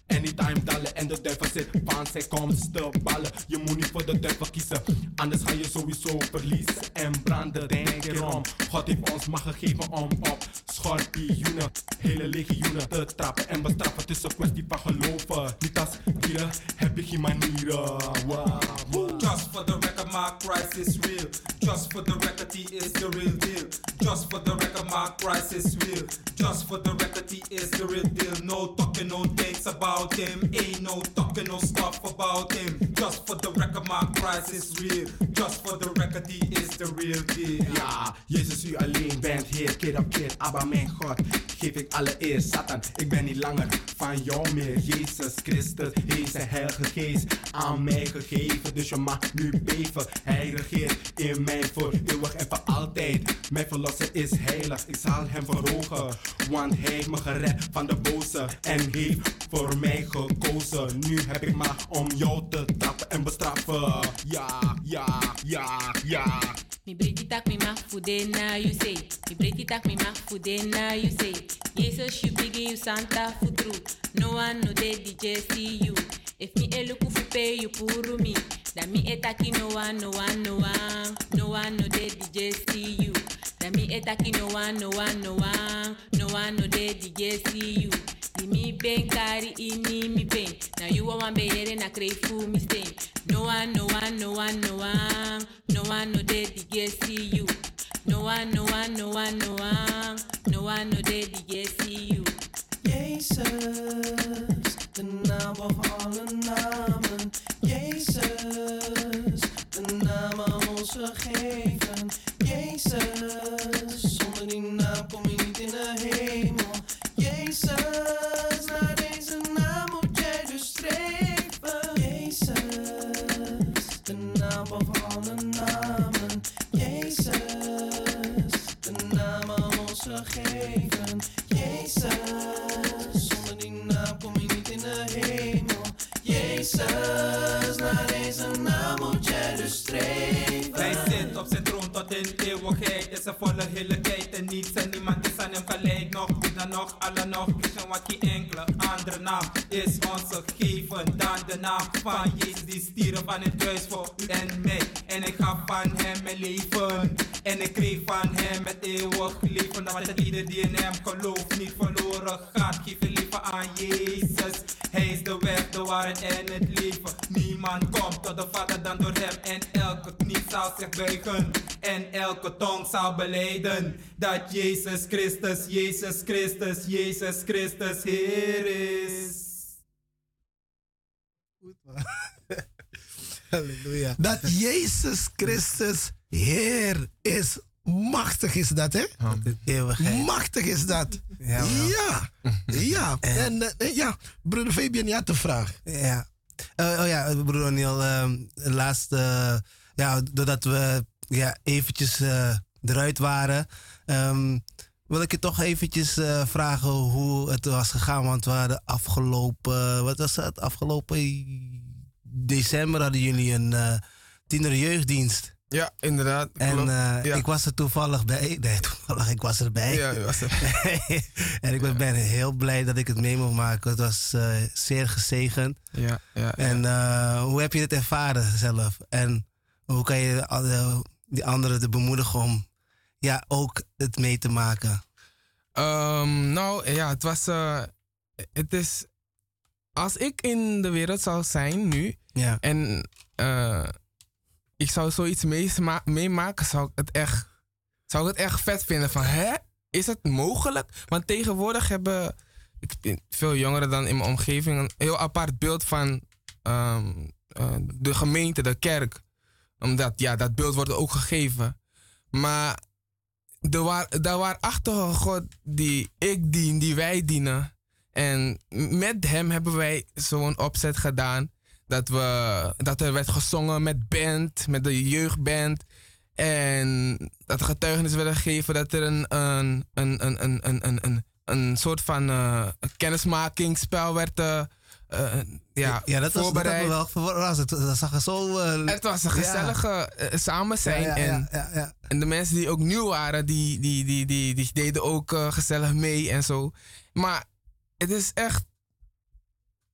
Anytime dallen en de duivel zit van zij komt te ballen. Je moet niet voor de duivel kiezen, anders ga je sowieso verliezen en branden. Denk erom, God heeft ons macht gegeven om op schorpioenen, hele legioenen te trappen en bestraffen. Het is een kwestie van geloven. Niet als dieren heb je geen manieren. Wow, wow. Just for the record, my Christ is real. Just for the record, he is the real deal. Just for the record, my Christ is real. Just for the record, he is the real deal. No talking, no things about him. Ain't no talking, no stuff about him. Just for the record, my Christ is real. Just for the record, he is the real deal. Ja, Jezus, u alleen bent Heer, keer op keer. Abba, mijn God, geef ik alle eer. Satan, ik ben niet langer van jou meer. Jezus Christus heeft zijn heilige geest aan mij gegeven. Dus je mag nu beven. Hij regeert in mij voor eeuwig en voor altijd. Mijn verlosser is heilig, ik zal hem verhogen. Want hij heeft me gered van de boze en heeft voor mij gekozen. Nu heb ik maar om jou te trappen en bestraffen. Ja, ja, ja, ja. Mi breti tak mi mag fude na you say. Mi breti tak mi mag fude na you say. Jesus you biggie you Santa fu true. No one no de D J see you. If me eluku fu pay you puru mi. Da mi etaki no one no one no one. No one no de D J see you. Da mi etaki no one no one no one. No one no de D J see you. Di mi ben kari ini mi ben. Now you want be here na krefu mi stain. No one no one no one no one. No one no de D J see you. No one no one no one no one. No one no de D J see you. Jezus, de naam boven alle namen. Jezus, de naam aan ons gegeven. Jezus, zonder die naam kom je niet in de hemel. Jezus, naar deze naam moet jij dus streven. Jezus, de naam boven alle namen. Jezus, de naam aan ons gegeven. Jezus, zonder die naam kom je niet in de hemel. Jezus, naar deze naam moet jij dus streven. Hij zit op zijn troon tot in eeuwigheid. Is een volle heerlijkheid en niets en niemand is aan hem gelijk. Nog, wie dan nog, alle nog. Christian wat geen enkele andere naam is ons gegeven dan de naam van Jezus die stierf aan het kruis voor u en mij. En ik gaf van hem mijn leven. En ik kreeg van hem het eeuwig leven. Dan wat ieder die in hem gelooft niet verloren gaat. Geef je leven aan Jezus. Hij is de weg, de waarheid en het leven. Niemand komt tot de Vader dan door hem. En elke knie zal zich buigen. En elke tong zal belijden. Dat Jezus Christus, Jezus Christus, Jezus Christus Heer is. Goed man. Halleluja. Dat Jezus Christus Heer is. Machtig is dat, hè? Eeuwigheid. Machtig is dat. Ja. Ja. Ja. En uh, ja, broeder Fabian, je had een vraag. Ja. Uh, oh ja, broeder Neil, um, laatst, uh, ja, doordat we ja, eventjes uh, eruit waren, um, wil ik je toch eventjes uh, vragen hoe het was gegaan. Want we hadden afgelopen, wat was het? Afgelopen december hadden jullie een uh, tienerjeugddienst. Ja, inderdaad. En klopt. uh, Ja. ik was er toevallig bij. Nee, toevallig, ik was erbij. Ja, je was er. En ik ben heel blij dat ik het mee mocht maken. Het was uh, zeer gezegend. Ja, ja, en uh, hoe heb je het ervaren zelf? En hoe kan je alle, die anderen te bemoedigen om ja, ook het mee te maken? Um, nou ja, het was. Uh, het is. Als ik in de wereld zou zijn nu. Ja. En uh, ik zou zoiets meesma- meemaken, zou ik het echt. Zou ik het echt vet vinden van hè? Is het mogelijk? Want tegenwoordig hebben ik, veel jongeren dan in mijn omgeving een heel apart beeld van um, uh, de gemeente, de kerk. Omdat ja, dat beeld wordt ook gegeven. Maar de waar, de waarachtige God die ik dien, die wij dienen. En met hem hebben wij zo'n opzet gedaan. Dat, we, dat er werd gezongen met band, met de jeugdband. En dat er getuigenis werden gegeven dat er een, een, een, een, een, een, een, een, een soort van uh, kennismakingsspel werd uh, uh, ja, ja, dat was, voorbereid. Dat was wel verrassend. Dat zag er zo... Uh, het was een gezellige ja. uh, samen zijn. Ja, ja, en, ja, ja, ja. en de mensen die ook nieuw waren, die, die, die, die, die deden ook uh, gezellig mee en zo. Maar het is echt...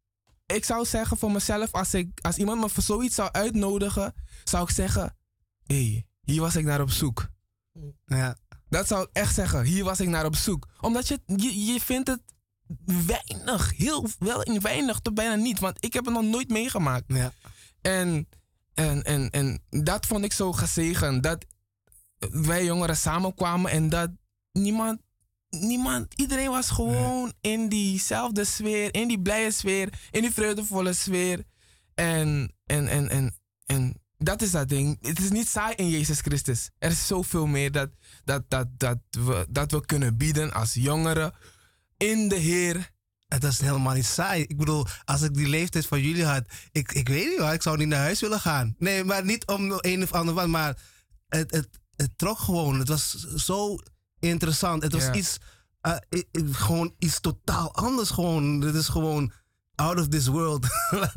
ik zou zeggen voor mezelf, als, ik, als iemand me voor zoiets zou uitnodigen, zou ik zeggen, hé, hey, hier was ik naar op zoek. Ja. Dat zou ik echt zeggen, hier was ik naar op zoek. Omdat je, je, je vindt het weinig, heel wel in weinig tot bijna niet. Want ik heb het nog nooit meegemaakt. Ja. En, en, en, en dat vond ik zo gezegend. Dat wij jongeren samenkwamen en dat niemand, niemand iedereen was gewoon ja. in diezelfde sfeer, in die blije sfeer, in die vreugdevolle sfeer. En, en, en, en, en dat is dat ding. Het is niet saai in Jezus Christus. Er is zoveel meer dat, dat, dat, dat, we, dat we kunnen bieden als jongeren in de Heer. Het is helemaal niet saai. Ik bedoel, als ik die leeftijd van jullie had, ik, ik weet niet waar, ik zou niet naar huis willen gaan. Nee, maar niet om een of ander wat, maar het, het, het trok gewoon. Het was zo interessant. Het was Ja. iets, uh, i- i- gewoon iets totaal anders gewoon. Het is gewoon out of this world.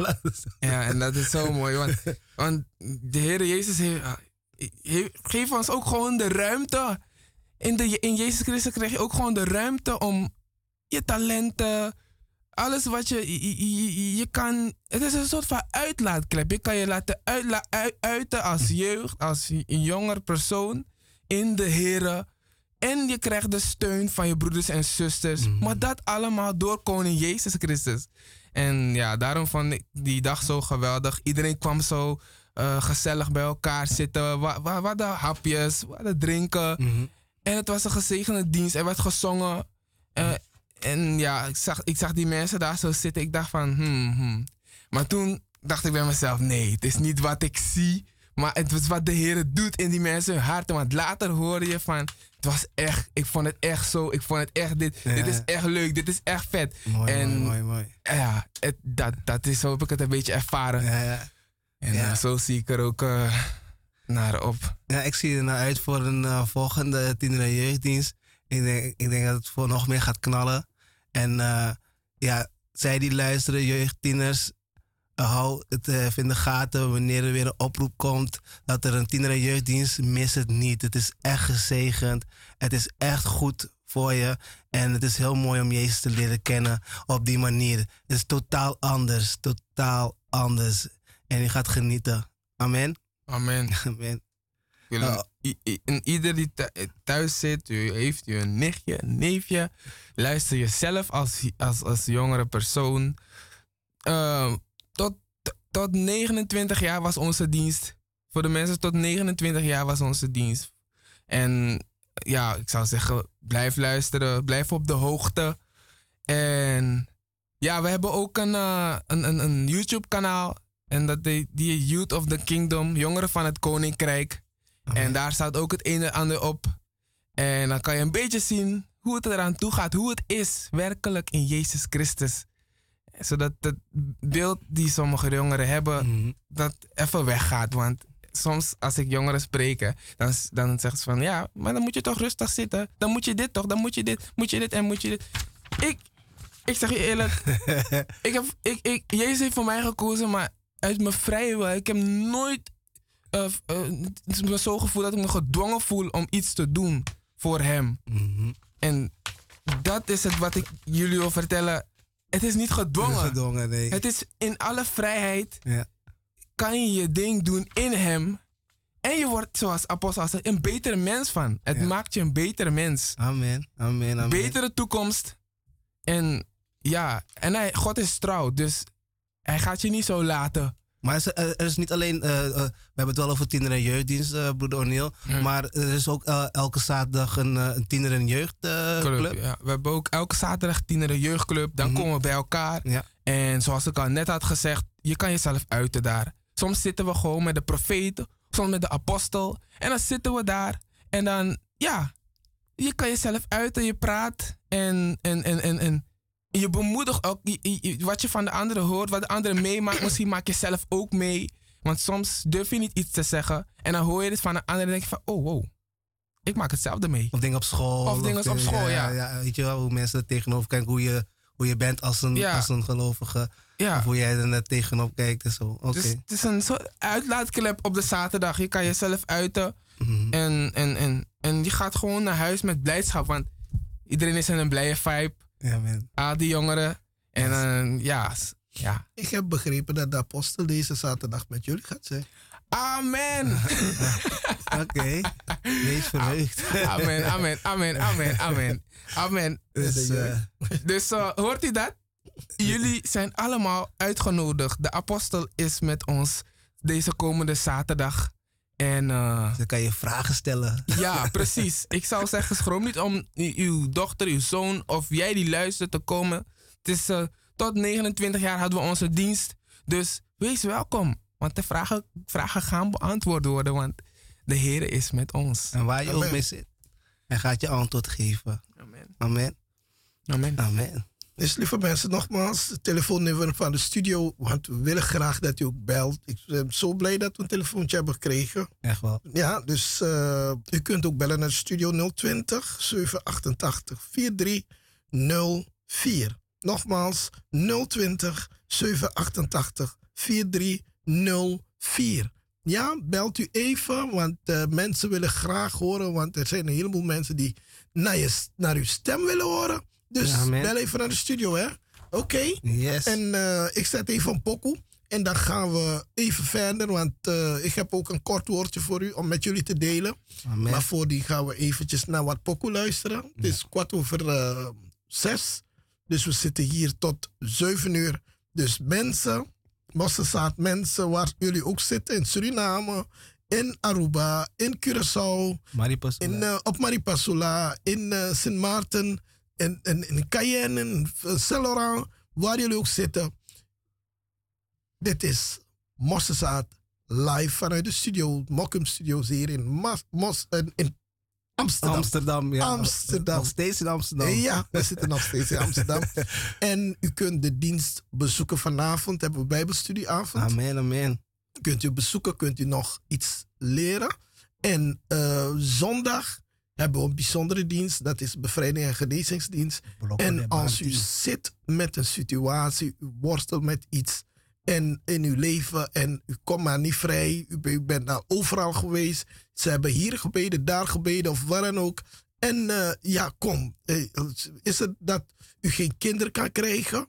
Ja, en dat is zo mooi. Want, want de Heer Jezus heeft, heeft, geeft ons ook gewoon de ruimte. In, de, in Jezus Christus krijg je ook gewoon de ruimte om je talenten, alles wat je, je, je, je kan. Het is een soort van uitlaatklep. Je kan je laten uitla, uit, uiten als jeugd, als een jonger persoon in de Heer. En je krijgt de steun van je broeders en zusters. Mm-hmm. Maar dat allemaal door Koning Jezus Christus. En ja, daarom vond ik die dag zo geweldig. Iedereen kwam zo uh, gezellig bij elkaar zitten. We, we, we hadden hapjes, we hadden drinken. Mm-hmm. En het was een gezegende dienst. Er werd gezongen. Uh, en ja, ik zag, ik zag die mensen daar zo zitten. Ik dacht van, hmm, hmm. Maar toen dacht ik bij mezelf, nee, het is niet wat ik zie. Maar het was wat de Heer doet in die mensen hun harten. Want later hoorde je van, het was echt, ik vond het echt zo. Ik vond het echt dit. Ja. Dit is echt leuk. Dit is echt vet. Mooi, en mooi, mooi, mooi. Ja, het, dat, dat is zo heb ik het een beetje ervaren. Ja, ja. En Ja. uh, zo zie ik er ook uh, naar op. Ja, ik zie er naar uit voor een uh, volgende tiender- en jeugddienst. Ik denk, ik denk dat het voor nog meer gaat knallen. En uh, ja, zij die luisteren, jeugdtieners, uh, hou het uh, even in de gaten wanneer er weer een oproep komt. Dat er een tiender- en jeugddienst, mis het niet. Het is echt gezegend. Het is echt goed voor je. En het is heel mooi om Jezus te leren kennen op die manier. Het is totaal anders. Totaal anders. En je gaat genieten. Amen. Amen. Amen. Ik wil i- i- en ieder die thu- thuis zit, u heeft u een nichtje, een neefje. Luister jezelf als, als, als jongere persoon. Uh, tot, tot negenentwintig jaar was onze dienst. Voor de mensen tot negenentwintig jaar was onze dienst. En ja, ik zou zeggen, blijf luisteren, blijf op de hoogte. En ja, we hebben ook een, uh, een, een, een YouTube-kanaal. En dat die, die Youth of the Kingdom, Jongeren van het Koninkrijk. Amen. En daar staat ook het een en ander op. En dan kan je een beetje zien hoe het eraan toe gaat. Hoe het is werkelijk in Jezus Christus. Zodat het beeld die sommige jongeren hebben, Mm-hmm. dat even weggaat. Want soms als ik jongeren spreek, hè, dan, dan zeggen ze van ja, maar dan moet je toch rustig zitten. Dan moet je dit toch, dan moet je dit, moet je dit en moet je dit. Ik, ik zeg je eerlijk, ik heb, ik, ik, Jezus heeft voor mij gekozen, maar uit mijn vrije wil. Ik heb nooit uh, uh, me zo gevoeld dat ik me gedwongen voel om iets te doen voor hem. Mm-hmm. En dat is het wat ik jullie wil vertellen. Het is niet gedwongen. Gedwongen, nee. Het is in alle vrijheid. Ja. Kan je je ding doen in hem. En je wordt, zoals apostel zei, een betere mens van. Het Ja. maakt je een betere mens. Amen, amen, amen. Betere toekomst. En ja, en hij, God is trouw. Dus hij gaat je niet zo laten. Maar er is, er is niet alleen, uh, uh, we hebben het wel over tiender- en jeugddienst, uh, broeder O'Neill. Ja. Maar er is ook uh, elke zaterdag een, uh, een tiender- en jeugdclub. Club, ja. We hebben ook elke zaterdag tiener een jeugdclub. Dan Mhm. komen we bij elkaar. Ja. En zoals ik al net had gezegd, je kan jezelf uiten daar. Soms zitten we gewoon met de profeet, soms met de apostel. En dan zitten we daar. En dan, ja, je kan jezelf uiten, je praat. En, en, en, en, en je bemoedigt ook je, je, wat je van de anderen hoort, wat de anderen meemaakt. Misschien maak je zelf ook mee. Want soms durf je niet iets te zeggen. En dan hoor je dit van een ander en denk je van, oh wow, ik maak hetzelfde mee. Of dingen op school. Of dingen op school, ja. ja. Weet je wel, hoe mensen er tegenop kijken, hoe je, hoe je bent als een, Ja. als een gelovige. Ja. Of hoe jij er net tegenop kijkt en zo. Oké. Dus het is een soort uitlaatklep op de zaterdag. Je kan jezelf uiten. Mhm. En, en, en, en je gaat gewoon naar huis met blijdschap. Want iedereen is in een blije vibe. Ja, man. Al die jongeren. En uh, ja, Ja. Ik heb begrepen dat de apostel deze zaterdag met jullie gaat zijn. Amen. Oké. Okay. Wees verheugd. Amen, amen, amen, amen, amen. Amen. Dus, uh, dus uh, hoort u dat? Jullie zijn allemaal uitgenodigd. De apostel is met ons deze komende zaterdag. En uh, dan kan je vragen stellen. Ja, precies. Ik zou zeggen, schroom niet om u, uw dochter, uw zoon of jij die luistert te komen. Het is uh, tot negenentwintig jaar hadden we onze dienst. Dus wees welkom. Want de vragen, vragen gaan beantwoord worden. Want de Heer is met ons. En waar je Amen. ook mee zit. Hij gaat je antwoord geven. Amen. Amen. Amen. Amen. Dus lieve mensen, nogmaals, het telefoonnummer van de studio. Want we willen graag dat u ook belt. Ik ben zo blij dat we een telefoontje hebben gekregen. Echt wel. Ja, dus uh, u kunt ook bellen naar de studio nul twintig, zeven achtentachtig, vier drie nul vier. Nogmaals, nul twintig, zeven achtentachtig, vier drie nul vier. Ja, belt u even, want uh, mensen willen graag horen. Want er zijn een heleboel mensen die naar, je, naar uw stem willen horen. Dus ja, bel even naar de studio, hè? Oké. Okay. Yes. En uh, ik zet even een pokoe. En dan gaan we even verder. Want uh, ik heb ook een kort woordje voor u om met jullie te delen. Amen. Maar voor die gaan we eventjes naar wat pokoe luisteren. Ja. Het is kwart over uh, zes. Dus we zitten hier tot zeven uur. Dus mensen, Mosselzaad mensen waar jullie ook zitten. In Suriname, in Aruba, in Curaçao. Maripasula. In, uh, op Maripasula, in uh, Sint Maarten. In, in, in Cayenne, in Saint-Laurent, waar jullie ook zitten. Dit is Mosselzaad live vanuit de studio, Mokum Studios hier in, Mas, Mos, in, in Amsterdam. Amsterdam, ja. Amsterdam. Nog steeds in Amsterdam. Ja, we zitten nog steeds in Amsterdam. En u kunt de dienst bezoeken vanavond. Hebben we Bijbelstudieavond. Amen, amen. Kunt u bezoeken, kunt u nog iets leren. En uh, zondag hebben we een bijzondere dienst. Dat is bevrijding en genezingsdienst. Blokken en als u zit met een situatie, u worstelt met iets en in uw leven en u komt maar niet vrij. U, u bent nou overal geweest. Ze hebben hier gebeden, daar gebeden of waar dan ook. En uh, ja, kom. Is het dat u geen kinderen kan krijgen?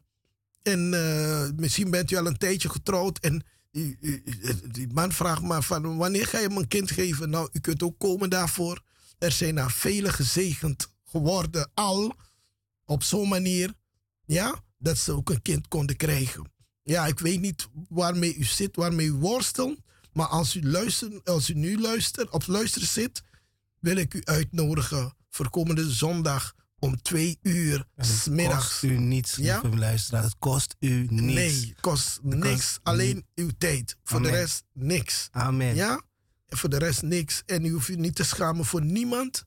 En uh, misschien bent u al een tijdje getrouwd en die, die man vraagt maar van wanneer ga je me een kind geven? Nou, u kunt ook komen daarvoor. Er zijn nou velen gezegend geworden al op zo'n manier, ja, dat ze ook een kind konden krijgen. Ja, ik weet niet waarmee u zit, waarmee u worstelt, maar als u, luistert, als u nu luistert, op luisteren zit, wil ik u uitnodigen voor komende zondag om twee uur smiddags. Het kost u niets, ja? lieve luisteraar. Het kost u niets. Nee, het kost het niks. Kost alleen niet. Uw tijd. Voor Amen. De rest niks. Amen. Ja? En voor de rest niks. En u hoeft u niet te schamen voor niemand.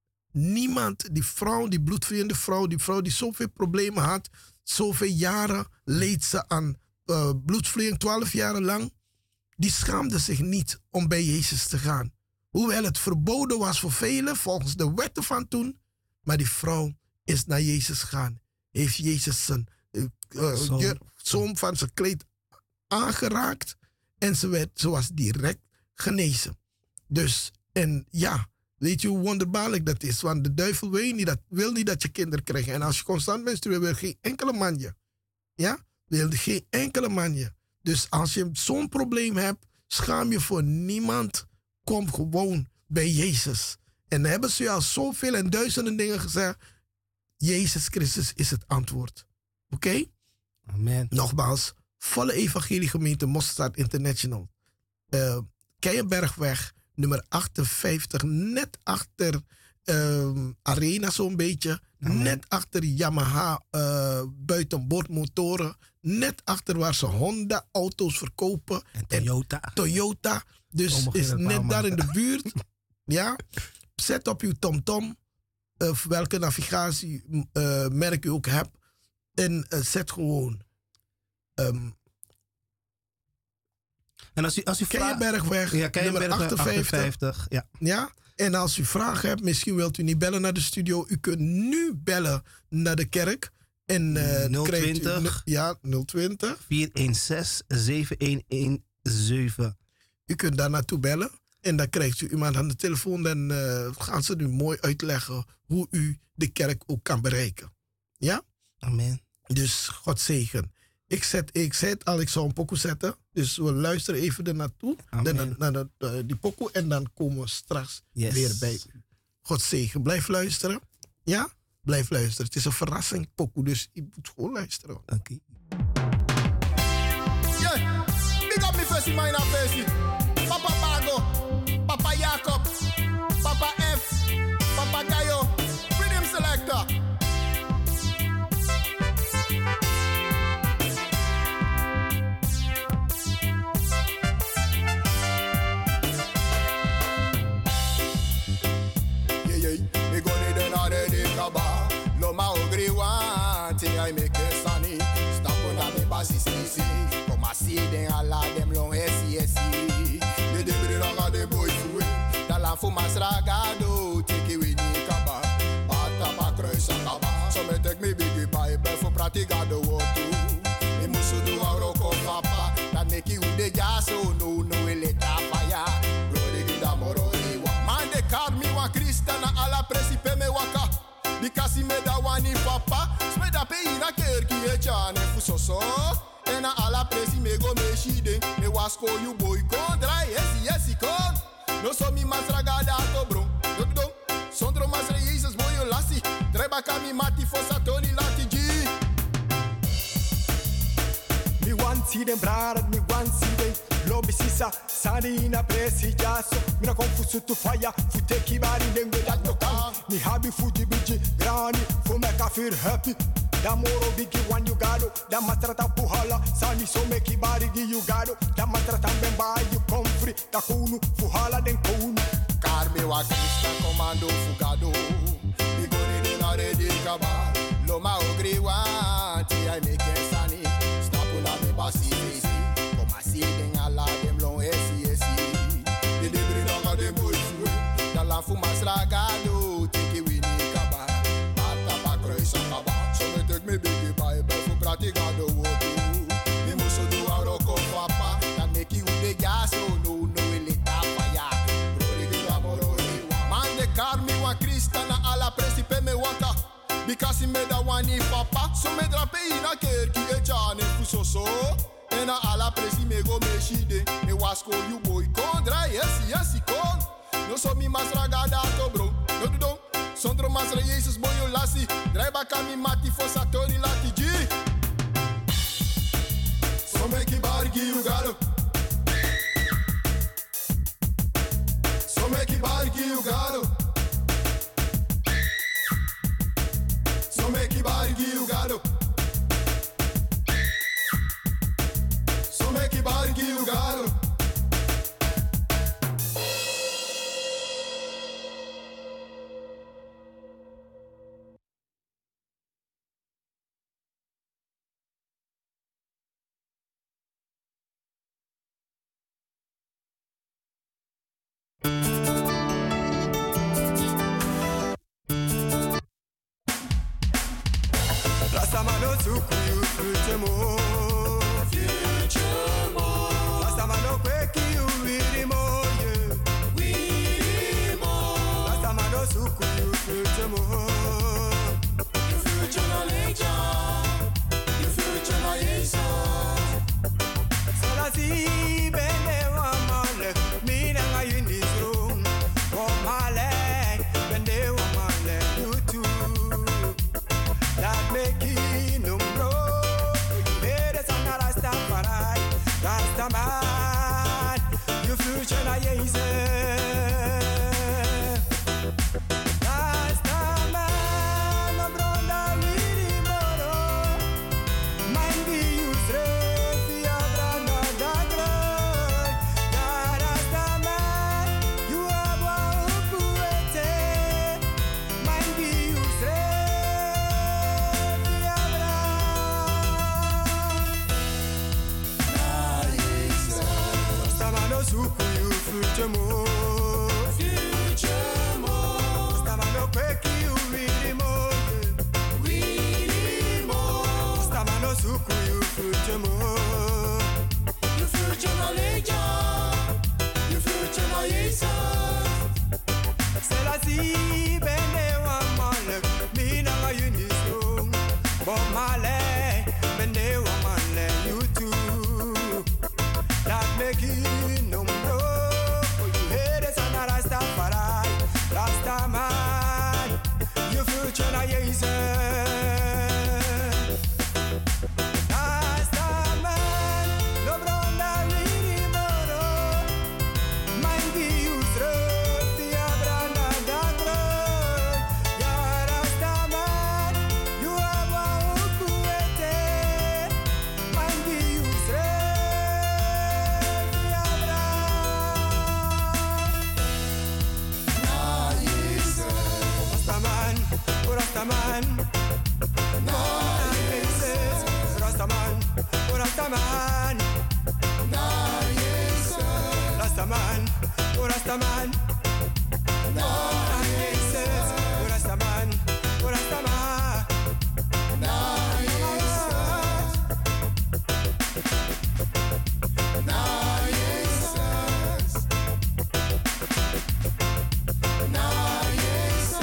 Niemand. Die vrouw, die bloedvriende vrouw, die vrouw die zoveel problemen had. Zoveel jaren leed ze aan uh, bloedvlieën, twaalf jaren lang. Die schaamde zich niet om bij Jezus te gaan. Hoewel het verboden was voor velen, volgens de wetten van toen. Maar die vrouw is naar Jezus gegaan. Heeft Jezus zijn uh, uh, zoom van zijn kleed aangeraakt. En ze, werd, ze was direct genezen. Dus, en ja, weet je hoe wonderbaarlijk dat is? Want de duivel wil niet dat, wil niet dat je kinderen krijgt. En als je constant menstrueert, wil geen enkele man je. Ja? Wil geen enkele man je. Dus als je zo'n probleem hebt, schaam je voor niemand. Kom gewoon bij Jezus. En dan hebben ze je al zoveel en duizenden dingen gezegd. Jezus Christus is het antwoord. Oké? Okay? Amen. Nogmaals, volle evangeliegemeente Mosselzaad International. Uh, Keienbergweg, nummer achtenvijftig, net achter uh, Arena zo'n beetje. Amen. Net achter Yamaha uh, buitenboordmotoren. Net achter waar ze Honda-auto's verkopen. En Toyota. En Toyota. Dus is net daar in de buurt. Ja. Zet op uw TomTom. Uh, welke navigatiemerk uh, u ook hebt. En uh, zet gewoon... Um, En als u, als u Keienbergweg, ja, Keienbergweg nummer achtenvijftig. achtenvijftig, ja. Ja. En als u vragen hebt, misschien wilt u niet bellen naar de studio. U kunt nu bellen naar de kerk. En uh, nul twintig. U, ja, nul twintig. vier een zes, zeven een een zeven. U kunt daar naartoe bellen. En dan krijgt u iemand aan de telefoon. En uh, gaan ze u mooi uitleggen hoe u de kerk ook kan bereiken. Ja? Amen. Dus God zegen. Ik zet, ik zet al, ik zou een pokoe zetten. Dus we luisteren even er naartoe. De, naar, naar de, de, die pokoe. En dan komen we straks Yes. weer bij u. God zegen. Blijf luisteren. Ja? Blijf luisteren. Het is een verrassing pokoe. Dus je moet gewoon luisteren. Oké. Okay. Yeah, big up me first in my face. Papa Bago, Papa Jacob, Papa F, Papa Gayo, Freedom Selector. Yeah, yeah, me go need another day kaba. Loma ogri want, I make it sunny. Stop on that me basis, see. See them all them long esi esi. The debris long the boys away. Da la fu masragado take it with me kaba. Bata pa kruis kaba. So me take me biggie Bible for praticado wotu. Me musu do a roko papa. That make you the gas so no no eleta fire. Glory gida moro iwa. Man de car mi wa kristana ala presipe me waka. Because me da wani papa. Sme da pe ina kerki e chane fu so so. En na alla presi me go me shide. Me wasko you boy con dry yes yes con. No so mi masraga dato bro. Dok dok. Sondro masra Jesus boy yo lassi. Treba kami mati fosa toni lati G. Mi want see them brad, mi want see them. Lobby sisa, sani ina presi jaso. Mi na confuso tu fire, fu teki bari dengue dat no kan. Mi habi fu di biji grani, fu me ka feel happy. Da moro bigi wan you gado, da matrata puhala, sani so me ki bari gi you gado. Da matrata bemba you come free, da kunu fuhala den kunu. Carme wa Krista comando fugado. Bigoni de na redi kaba. Loma ogri wan, ti I make it sunny. Stop on me basi basi. Come see den ala dem long esi esi. De debri na dem boys we. Da la fu masragado, tiki wini kaba. Bata pa kruisa kaba. So me take me biggie Bible for praticado wotu. Me muso do a roko papa. That make you the gas so no no eleta fire. Glory gida moro iwa. Man de car mi wa kristana ala presipe me waka. Because he made a one papa. So me drape ina kerki e chane fu so so. En na ala presi me go me shide. Me wasko you boy con dry yes yes con. No so mi masraga dato bro. No do do. Sondro masra Jesus boy yo lassi. Draiba kami mati fosa tori lati G. So me ki bargi you galo. So me ki bargi you galo. So me ki bargi you galo. So me ki bargi you galo. Rastamano sukuyu future mo. Future mo. Rastamano kweki uwiri mo ye. Wiri mo. Rastamano sukuyu future mo. You future no leja. You future no yeso. Solasi bene wa male. Mina nga yindisro. Wa male. Bene wa male. You too. That make it no bro. You made it on a Rastafari. Rastaman. You future na yeze. Rastaman. No bro na liri moro. Mangi usre. Fia brana dagra. Ya Rastaman. You have wa upuete. Mangi usre. Sukuyu future mo. Future mo. Stamano kweki uwiri mo. Wiri mo. Stamano sukuyu future mo. You future no leja. You future no yesa. Selasi bene wa male. Mina nga uniso. Bo male. Bene wa male. oh Rastaman. Na Jezus. Rastaman, oh Rastaman. Na Jezus, oh Rastaman, oh Rastaman. Na Jezus. Na Jezus. Na Jezus.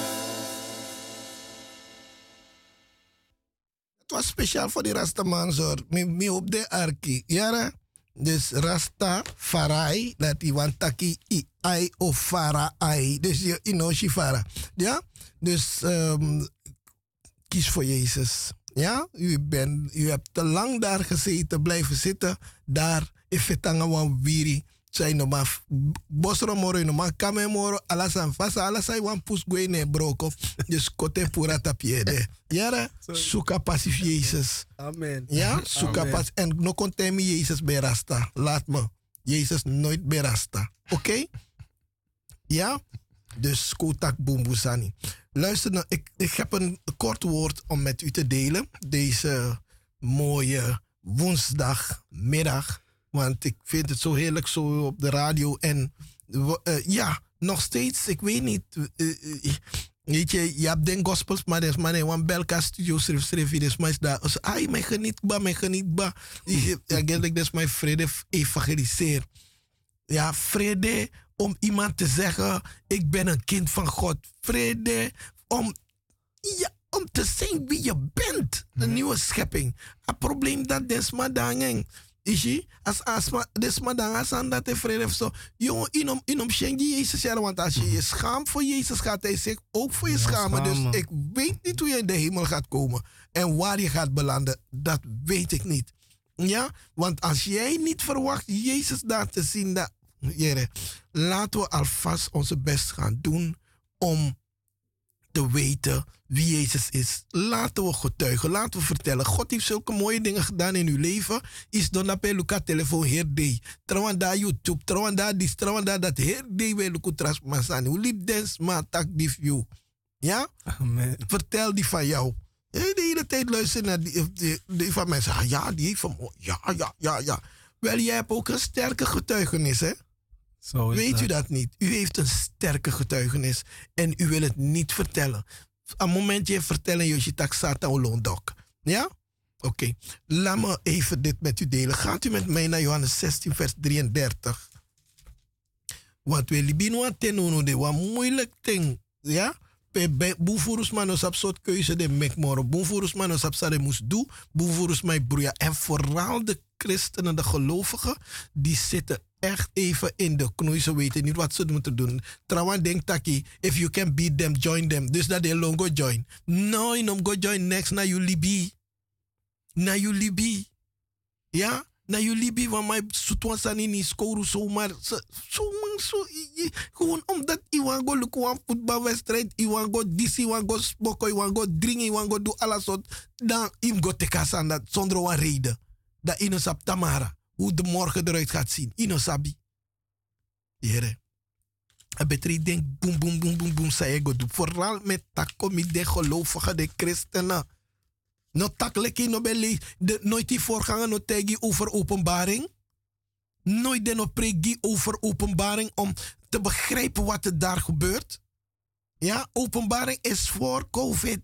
Het was speciaal voor die Rastaman, hoor. Me op de arki. Ja, dus Rasta Farai, dat die wantaki i ai of fara ai. Dus je inoshi fara. Ja, dus um, kies voor Jezus. Ja, u, bent, u hebt te lang daar gezeten, blijven zitten. Daar, ifetanga wan wiri. Zij no ma bosro moro no ma kame moro alasan fasa alasai wan pus gwe ne broko. Dus kote pura tapiede. Yara, suka pasif Jezus. Amen. Ja, suka pas. En no contemi Jezus berasta. Laat me. Jezus nooit berasta. Oké? Okay? Ja? Dus kotak boembusani. Luister nou, ik, ik heb een kort woord om met u te delen. Deze mooie woensdagmiddag. Want ik vind het zo heerlijk zo op de radio. En uh, ja, nog steeds, ik weet niet. Uh, uh, weet je, je hebt den gospels, maar er is maar een belka studio schrijf schrijf. Dus maar is daar. Dus, ai, mij geniet ba, mij geniet ba. Eigenlijk, dat is mijn vrede evangeliseer. Ja, vrede om iemand te zeggen, ik ben een kind van God. Vrede om, ja, om te zijn wie je bent. Een nieuwe schepping. Het probleem dat desma dangeng. Ishi, als asma, desma dan asan dat hij vrede heeft zo. Jongen, inom, inom schengi Jezus jaren, want als je je schaamt voor Jezus, gaat hij zich ook voor je schamen. Dus ik weet niet hoe je in de hemel gaat komen. En waar je gaat belanden, dat weet ik niet. Ja, want als jij niet verwacht Jezus daar te zien, dat, jere, laten we alvast onze best gaan doen om te weten wie Jezus is. Laten we getuigen, laten we vertellen. God heeft zulke mooie dingen gedaan in uw leven. Is dan op Luca telefoon heer day. Trouwens daar YouTube, trouwens daar dit, trouwens daar dat heer day we Luca transmasani. Hoe liep dens ma tak die view. Ja? Amen. Vertel die van jou. De hele tijd luisteren naar die, die, die van mensen. Ah, ja, die heeft van ja, ja, ja, ja. Wel, jij hebt ook een sterke getuigenis, hè? Zo is Weet dat. u dat niet? U heeft een sterke getuigenis en u wil het niet vertellen. Een momentje vertellen, je tak sata olondok. Ja? Oké. Okay. Laat me even dit met u delen. Gaat u met mij naar Johannes zestien, vers drieëndertig. Want we libino tenono de wat moeilijk ding. Ja? Boevoerus manos op soort keuze de mekmoro. Boevoerus manos op sare moest doen. Boevoerus mijn broer. En vooral de christenen, de gelovigen, die zitten echt even in de knoei. Ze weten niet wat ze moeten doen. Trouwens, denk taki, if you can beat them, join them. Dus dat de long go join. No, je no go join next na you libi. Na you libi. Ja? Na you libi, want mijn soetwansani niet scoren zomaar. Zo, zo, gewoon omdat je want go look een voetbalwedstrijd, je want go dis, je want go smoken, je want go drinken, je want go doen alles wat. Dan je go te kasan dat zonder een reden. Dat ino sap tamara. Hoe de morgen eruit gaat zien. Ino sabi. Here. En betreft denk boem boem boem boem boem zei ik doe. Vooral met takomi de gelovigen, de christenen. No takleki no beli. De nooit die voorganger no tegi over openbaring. Nooit de no pregi over openbaring om te begrijpen wat er daar gebeurt. Ja, openbaring is voor COVID.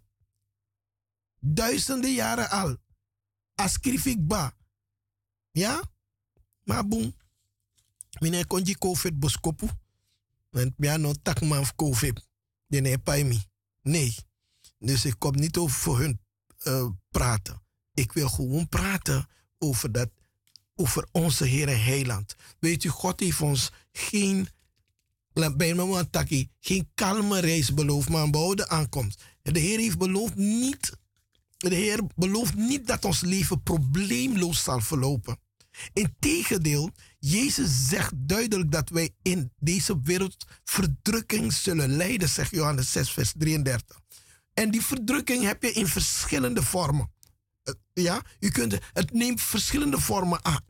Duizenden jaren al. Askrif ik ba. Ja? Maar boem. Meneer kon je COVID boskopu. Want ja, no tak man COVID. Die nee bij me. Nee. Dus ik kom niet over voor hun uh, praten. Ik wil gewoon praten over dat. Over onze Heer en Heiland. Weet u, God heeft ons geen. Bij me taki, geen kalme reis beloofd, maar een behouden aankomst. De Heer heeft beloofd niet. De Heer belooft niet dat ons leven probleemloos zal verlopen. Integendeel, Jezus zegt duidelijk dat wij in deze wereld verdrukking zullen lijden, zegt Johannes zes, vers drieëndertig. En die verdrukking heb je in verschillende vormen. Ja, u kunt, het neemt verschillende vormen aan.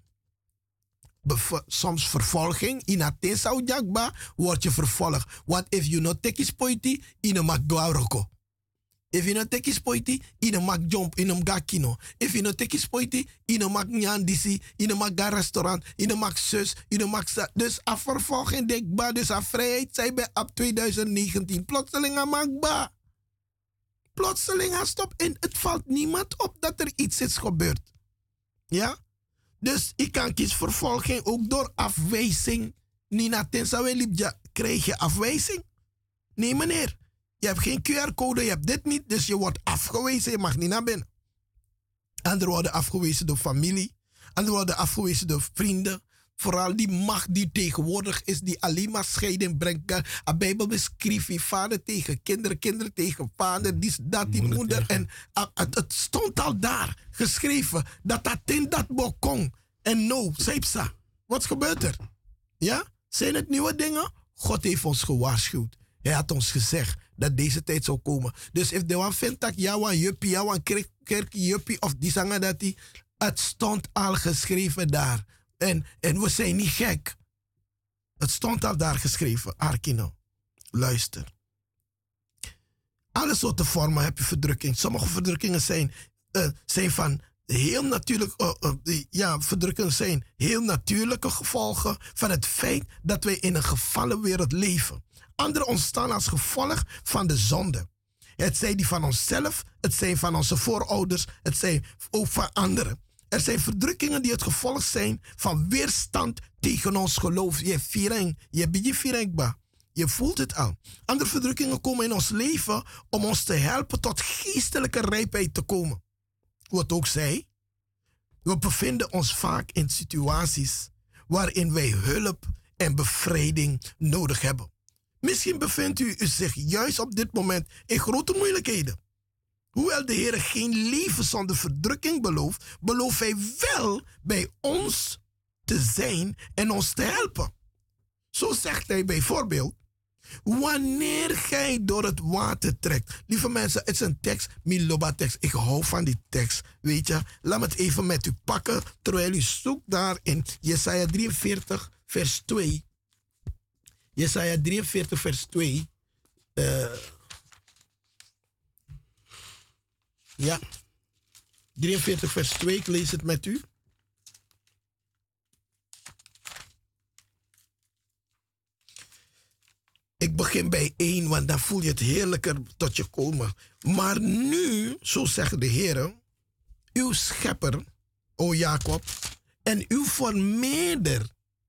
Bef- soms vervolging, in Athene word je vervolgd. Want if you not take his pointy, in een magwaroko. If you no take is poiti, ino mak jump, ino ga kino. If you no take is poiti, ino mak nyan disi, ino mak ga restaurant, ino mak zus, ino mak sa. Dus a vervolging dekba, dus a vrijheid zij bij ab twintig negentien. Plotseling a makba. Plotseling a stop en het valt niemand op dat er iets is gebeurd. Ja? Dus ik kan kies vervolging ook door afwijzing. Nina Tensawelibja, krijg je afwijzing? Nee meneer. Je hebt geen Q R-code, je hebt dit niet, dus je wordt afgewezen, je mag niet naar binnen. Anderen worden afgewezen door familie, anderen worden afgewezen door vrienden. Vooral die macht die tegenwoordig is, die alleen maar scheiding brengt. De Bijbel beschrijft vader tegen kinderen, kinderen tegen vader, die, dat, die moeder. moeder. En uh, het, het stond al daar geschreven dat dat in dat bokong. En no, zeepsa. Wat gebeurt er? Ja? Zijn het nieuwe dingen? God heeft ons gewaarschuwd. Hij had ons gezegd dat deze tijd zou komen. Dus if de one vindt dat ja, wan juppie, ja, wan kerk juppie, of die zanger dat die, het stond al geschreven daar. En, en we zijn niet gek. Het stond al daar geschreven. Arkino, luister. Alle soorten vormen heb je verdrukking. Sommige verdrukkingen zijn, uh, zijn van heel natuurlijk, uh, uh, ja, verdrukkingen zijn heel natuurlijke gevolgen van het feit dat wij in een gevallen wereld leven. Andere ontstaan als gevolg van de zonde. Het zijn die van onszelf, het zijn van onze voorouders, het zijn ook van anderen. Er zijn verdrukkingen die het gevolg zijn van weerstand tegen ons geloof. Je fireng, je bent firengba. Je voelt het al. Andere verdrukkingen komen in ons leven om ons te helpen tot geestelijke rijpheid te komen. Wat ook zei, we bevinden ons vaak in situaties waarin wij hulp en bevrijding nodig hebben. Misschien bevindt u zich juist op dit moment in grote moeilijkheden. Hoewel de Heer geen leven zonder verdrukking belooft, belooft Hij wel bij ons te zijn en ons te helpen. Zo zegt Hij bijvoorbeeld, wanneer gij door het water trekt. Lieve mensen, het is een tekst, Miloba tekst. Ik hou van die tekst, weet je. Laat me het even met u pakken, terwijl u zoekt daar in Jesaja drieënveertig, vers twee. Jesaja drieënveertig, vers twee. Uh, ja. drieënveertig, vers twee. Ik lees het met u. Ik begin bij één, want dan voel je het heerlijker tot je komen. Maar nu, zo zegt de Heer, uw schepper, o Jacob, en uw vermeerder,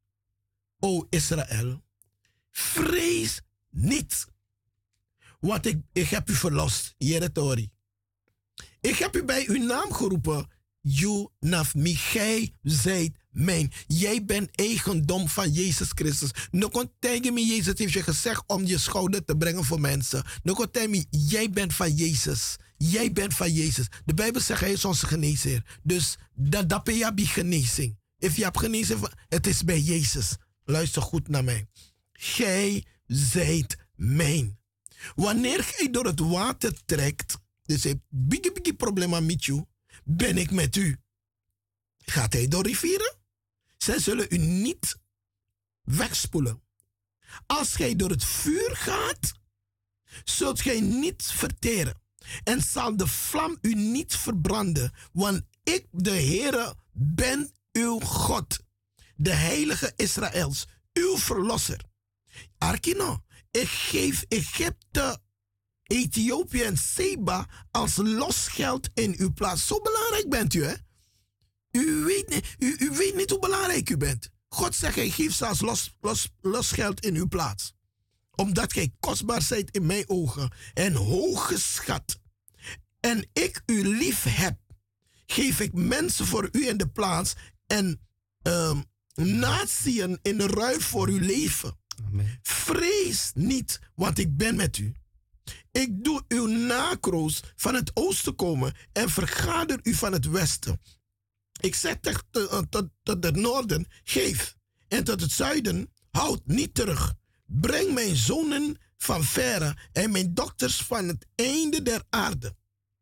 o Israël, vrees niet. Want ik, ik heb u verlost, Jeretori. Ik heb u bij uw naam geroepen. You naf mi, gij zijt mijn. Jij bent eigendom van Jezus Christus. No kon tegen me, Jezus heeft je gezegd om je schouder te brengen voor mensen. No kon tegen me, jij bent van Jezus. Jij bent van Jezus. De Bijbel zegt, hij is onze geneesheer. Dus dat, dat ben je bij genezing. If je hebt genezing, het is bij Jezus. Luister goed naar mij. Gij zijt mijn. Wanneer gij door het water trekt, dus een biggie biggie probleem met jou, ben ik met u. Gaat hij door rivieren? Zij zullen u niet wegspoelen. Als gij door het vuur gaat, zult gij niet verteren. En zal de vlam u niet verbranden. Want ik, de Heere, ben uw God. De heilige Israëls, uw verlosser. Arkino, ik geef Egypte, Ethiopië en Seba als losgeld in uw plaats. Zo belangrijk bent u, hè? U weet, u, u weet niet hoe belangrijk u bent. God zegt, hij geeft zelfs los, los, losgeld in uw plaats. Omdat gij kostbaar zijt in mijn ogen en hoog geschat. En ik u lief heb, geef ik mensen voor u in de plaats en um, natieën in de ruil voor uw leven. Amen. Vrees niet, want ik ben met u. Ik doe uw nakroos van het oosten komen en vergader u van het westen. Ik zeg tot, tot, tot het noorden, geef. En tot het zuiden, houd niet terug. Breng mijn zonen van verre en mijn dochters van het einde der aarde.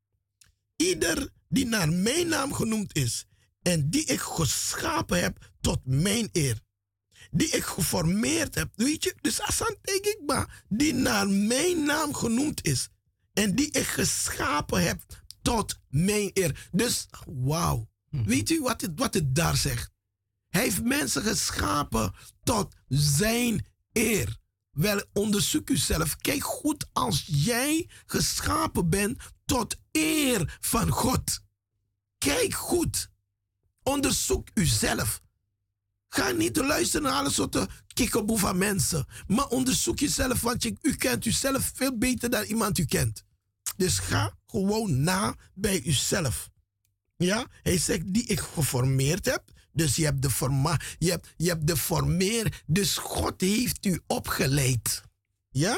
Ieder die naar mijn naam genoemd is en die ik geschapen heb tot mijn eer. Die ik geformeerd heb. Weet je, dus Asan Tegikba, die naar mijn naam genoemd is. En die ik geschapen heb tot mijn eer. Dus, wauw. Mm-hmm. Weet u wat het, wat het daar zegt? Hij heeft mensen geschapen tot zijn eer. Wel, onderzoek uzelf. Kijk goed als jij geschapen bent tot eer van God. Kijk goed. Onderzoek uzelf. Ga niet luisteren naar alle soorten kikkerboe van mensen. Maar onderzoek jezelf, want je, u kent uzelf veel beter dan iemand u kent. Dus ga gewoon na bij uzelf. Ja, hij zegt die ik geformeerd heb. Dus je hebt de forma, je hebt, je hebt de formeer. Dus God heeft u opgeleid. Ja?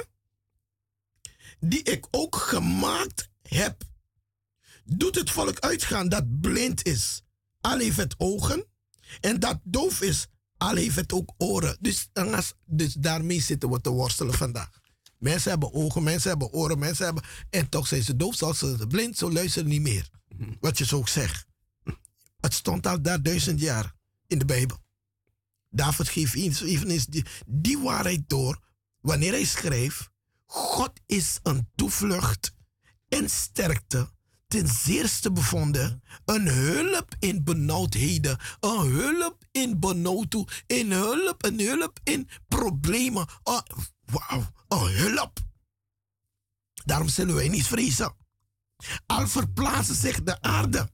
Die ik ook gemaakt heb. Doet het volk uitgaan dat blind is. Al heeft het ogen. En dat doof is. Al heeft het ook oren. Dus, dus daarmee zitten we te worstelen vandaag. Mensen hebben ogen, mensen hebben oren, mensen hebben... En toch zijn ze doof, zoals ze blind, zo luisteren niet meer. Wat je zo ook zegt. Het stond al daar duizend jaar in de Bijbel. David geeft eveneens die, die waarheid door wanneer hij schreef: God is een toevlucht en sterkte, ten zeerste bevonden, een hulp in benauwdheden, een hulp in benauwdheid, een hulp, een hulp in problemen. Oh, wauw, een hulp. Daarom zullen wij niet vrezen. Al verplaatsen zich de aarde.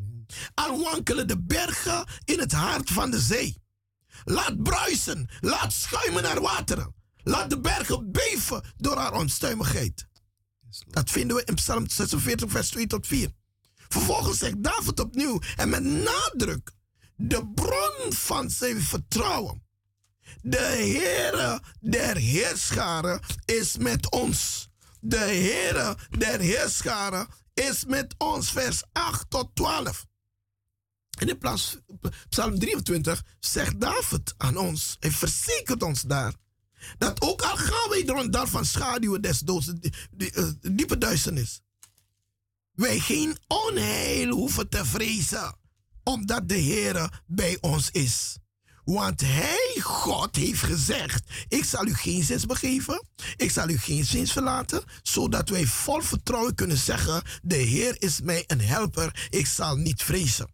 Al wankelen de bergen in het hart van de zee. Laat bruisen, laat schuimen naar wateren. Laat de bergen beven door haar onstuimigheid. Dat vinden we in Psalm zesenveertig, vers twee tot vier. Vervolgens zegt David opnieuw en met nadruk de bron van zijn vertrouwen. De Heere der Heerscharen is met ons. De Heere der Heerscharen is met ons, vers acht tot twaalf. En in plaats, Psalm drieëntwintig zegt David aan ons, hij verzekert ons daar, dat ook al gaan wij door een dal van schaduwen des doods, die, die, uh, diepe duisternis, wij geen onheil hoeven te vrezen, omdat de Heere bij ons is. Want hij, God, heeft gezegd, ik zal u geen zins begeven, ik zal u geen zins verlaten, zodat wij vol vertrouwen kunnen zeggen, de Heer is mij een helper, ik zal niet vrezen.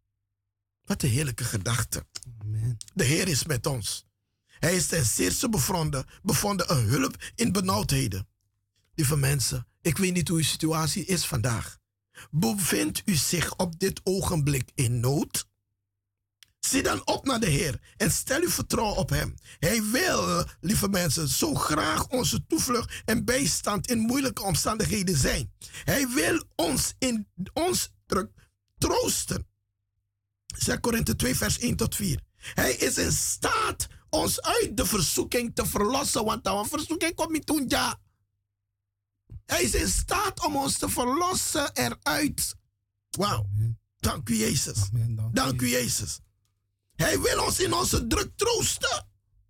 Wat een heerlijke gedachte. Amen. De Heer is met ons. Hij is ten zeerste bevonden, bevonden een hulp in benauwdheden. Lieve mensen, ik weet niet hoe uw situatie is vandaag. Bevindt u zich op dit ogenblik in nood? Zie dan op naar de Heer en stel uw vertrouwen op hem. Hij wil, lieve mensen, zo graag onze toevlucht en bijstand in moeilijke omstandigheden zijn. Hij wil ons in ons druk troosten. Zeg Korinthe twee, vers één tot vier. Hij is in staat ons uit de verzoeking te verlossen, want dan een verzoeking komt niet toen, ja. Hij is in staat om ons te verlossen eruit. Wauw. Dank u, Jezus. Amen, dank, dank u, Jezus. Hij wil ons in onze druk troosten.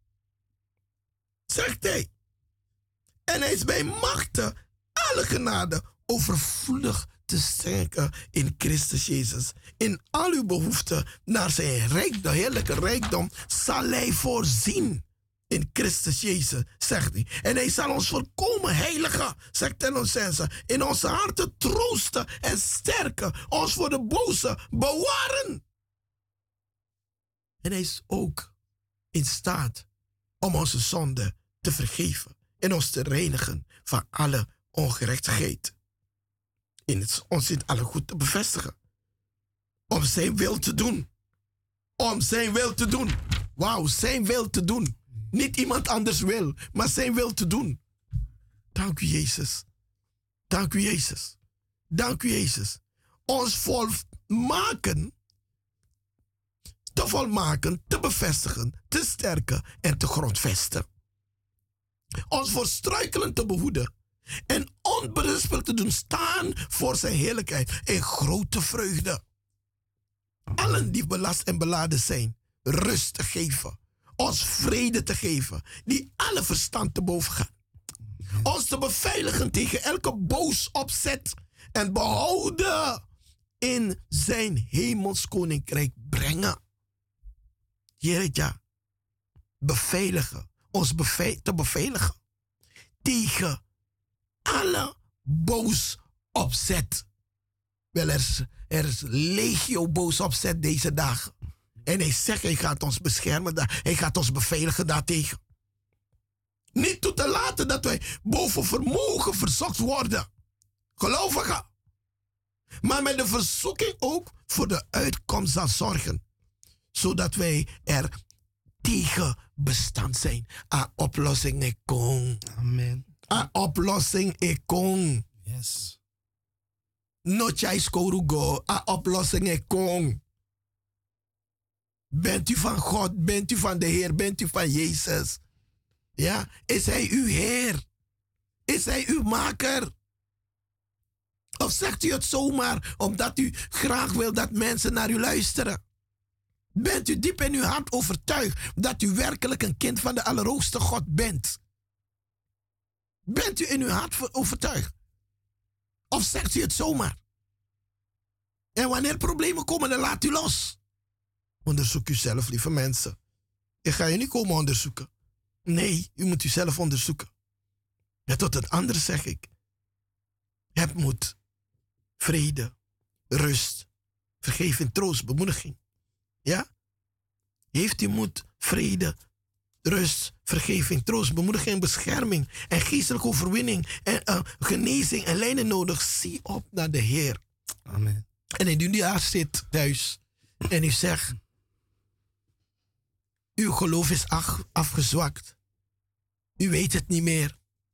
Zegt hij. En hij is bij machten alle genade overvloedig te sterken in Christus Jezus. In al uw behoeften naar zijn rijkdom, heerlijke rijkdom, zal hij voorzien. In Christus Jezus, zegt hij. En hij zal ons volkomen heiligen, zegt Tenossense, in onze harten troosten en sterken, ons voor de boze bewaren. En hij is ook in staat om onze zonde te vergeven en ons te reinigen van alle ongerechtigheid. In het, ons in alle goed te bevestigen. Om zijn wil te doen. Om zijn wil te doen. Wauw, zijn wil te doen. Niet iemand anders wil, maar zijn wil te doen. Dank u, Jezus. Dank u, Jezus. Dank u, Jezus. Ons volmaken, te volmaken, te bevestigen, te sterken en te grondvesten. Ons voor struikelen te behoeden. En onberispelijk te doen staan voor zijn heerlijkheid in grote vreugde. Allen die belast en beladen zijn, rust te geven. Ons vrede te geven, die alle verstand te boven gaat. Ons te beveiligen tegen elke boos opzet. En behouden in zijn hemels koninkrijk brengen. Jeetje, beveiligen. Ons beve te beveiligen. Tegen alle boos opzet. Wel, er is, er is legio boos opzet deze dagen. En hij zegt, hij gaat ons beschermen, hij gaat ons beveiligen daartegen. Niet toe te laten dat wij boven vermogen verzocht worden. Gelovigen. Maar met de verzoeking ook voor de uitkomst zal zorgen. Zodat wij er tegen bestand zijn. A oplossing ik kom. Amen. A oplossing ik kom. Yes. No chais korugo. A oplossing ik kom. Bent u van God? Bent u van de Heer? Bent u van Jezus? Ja, is Hij uw Heer? Is Hij uw Maker? Of zegt u het zomaar omdat u graag wil dat mensen naar u luisteren? Bent u diep in uw hart overtuigd dat u werkelijk een kind van de Allerhoogste God bent? Bent u in uw hart overtuigd? Of zegt u het zomaar? En wanneer problemen komen, dan laat u los. Onderzoek uzelf, lieve mensen. Ik ga je niet komen onderzoeken. Nee, u moet uzelf onderzoeken. Ja, tot het andere zeg ik. Heb moed, vrede, rust, vergeving, troost, bemoediging. Ja? Heeft u moed, vrede, rust, vergeving, troost, bemoediging, bescherming en geestelijke overwinning en uh, genezing en lijden nodig? Zie op naar de Heer. Amen. En indien u daar zit thuis en u zegt, uw geloof is af, afgezwakt. U weet het niet meer.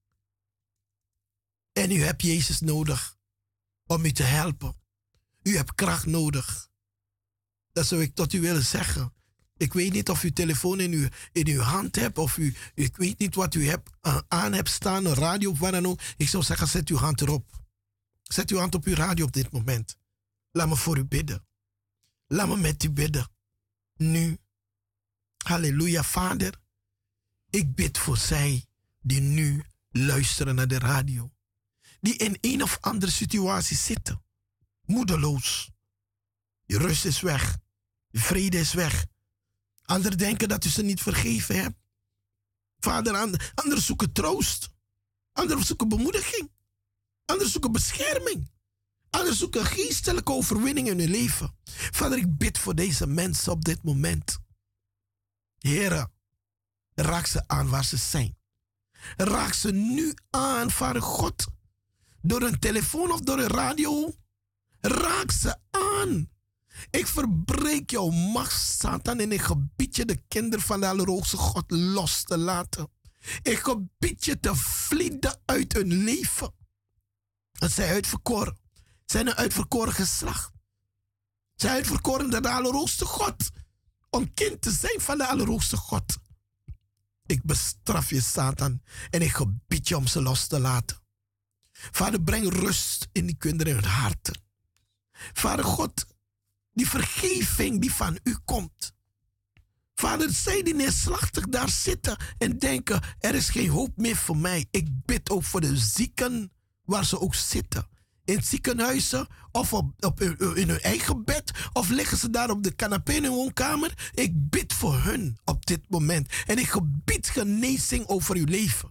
En u hebt Jezus nodig om u te helpen. U hebt kracht nodig. Dat zou ik tot u willen zeggen. Ik weet niet of u telefoon in uw, in uw hand hebt. Of u, ik weet niet wat u hebt, uh, aan hebt staan. Een radio of wat dan ook. Ik zou zeggen, zet uw hand erop. Zet uw hand op uw radio op dit moment. Laat me voor u bidden. Laat me met u bidden. Nu. Halleluja, Vader. Ik bid voor zij die nu luisteren naar de radio. Die in een of andere situatie zitten. Moedeloos. Je rust is weg. Je vrede is weg. Anderen denken dat u ze niet vergeven hebt. Vader, anderen zoeken troost. Anderen zoeken bemoediging. Anderen zoeken bescherming. Anderen zoeken geestelijke overwinning in hun leven. Vader, ik bid voor deze mensen op dit moment. Heere, raak ze aan waar ze zijn. Raak ze nu aan, Vader God. Door een telefoon of door een radio. Raak ze aan. Ik verbreek jouw macht, Satan, en ik gebied je de kinderen van de Allerhoogste God los te laten. Ik gebied je te vlieden uit hun leven. Het zijn uitverkoren. Het zijn een uitverkoren geslacht. Het zijn uitverkoren door de Allerhoogste God. Om kind te zijn van de Allerhoogste God. Ik bestraf je, Satan, en ik gebied je om ze los te laten. Vader, breng rust in die kinderen in hun harten. Vader God, die vergeving die van u komt. Vader, zij die neerslachtig daar zitten en denken, er is geen hoop meer voor mij. Ik bid ook voor de zieken waar ze ook zitten. In ziekenhuizen of op, op, in hun eigen bed. Of liggen ze daar op de canapé in hun woonkamer. Ik bid voor hun op dit moment. En ik gebied genezing over uw leven.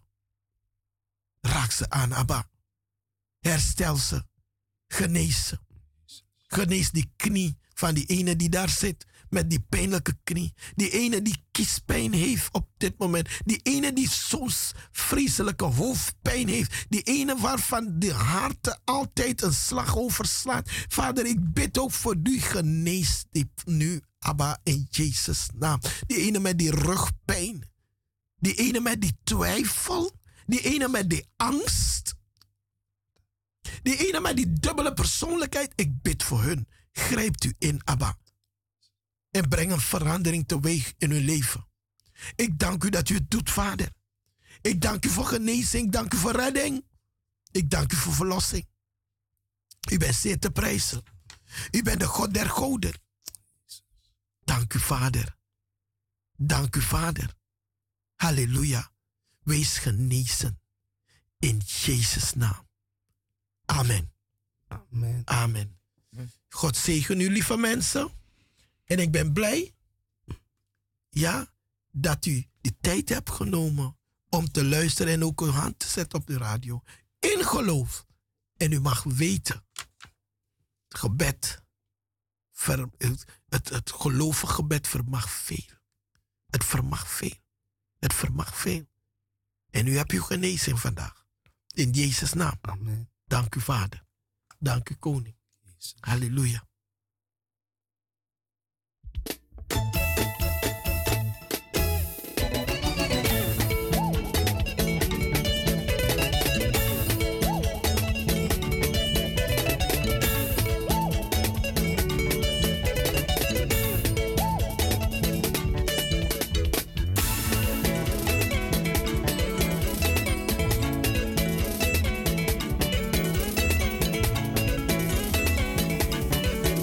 Raak ze aan, Abba. Herstel ze. Genees ze. Genees die knie van die ene die daar zit. Met die pijnlijke knie. Die ene die kiespijn heeft op dit moment. Die ene die zo'n vreselijke hoofdpijn heeft. Die ene waarvan de harten altijd een slag overslaat. Vader, ik bid ook voor u. Genees die nu, Abba, in Jezus' naam. Die ene met die rugpijn. Die ene met die twijfel. Die ene met die angst. Die ene met die dubbele persoonlijkheid. Ik bid voor hun. Grijpt u in, Abba. En breng een verandering teweeg in hun leven. Ik dank u dat u het doet, Vader. Ik dank u voor genezing. Ik dank u voor redding. Ik dank u voor verlossing. U bent zeer te prijzen. U bent de God der goden. Dank u, Vader. Dank u, Vader. Halleluja. Wees genezen. In Jezus' naam. Amen. Amen. Amen. God zegen u, lieve mensen. En ik ben blij, ja, dat u de tijd hebt genomen om te luisteren en ook uw hand te zetten op de radio. In geloof En u mag weten, gebed, ver, het, het, het gelovige gebed vermag veel. Het vermag veel. Het vermag veel. En u hebt uw genezing vandaag. In Jezus' naam. Amen. Dank u, Vader. Dank u, Koning. Halleluja. Thank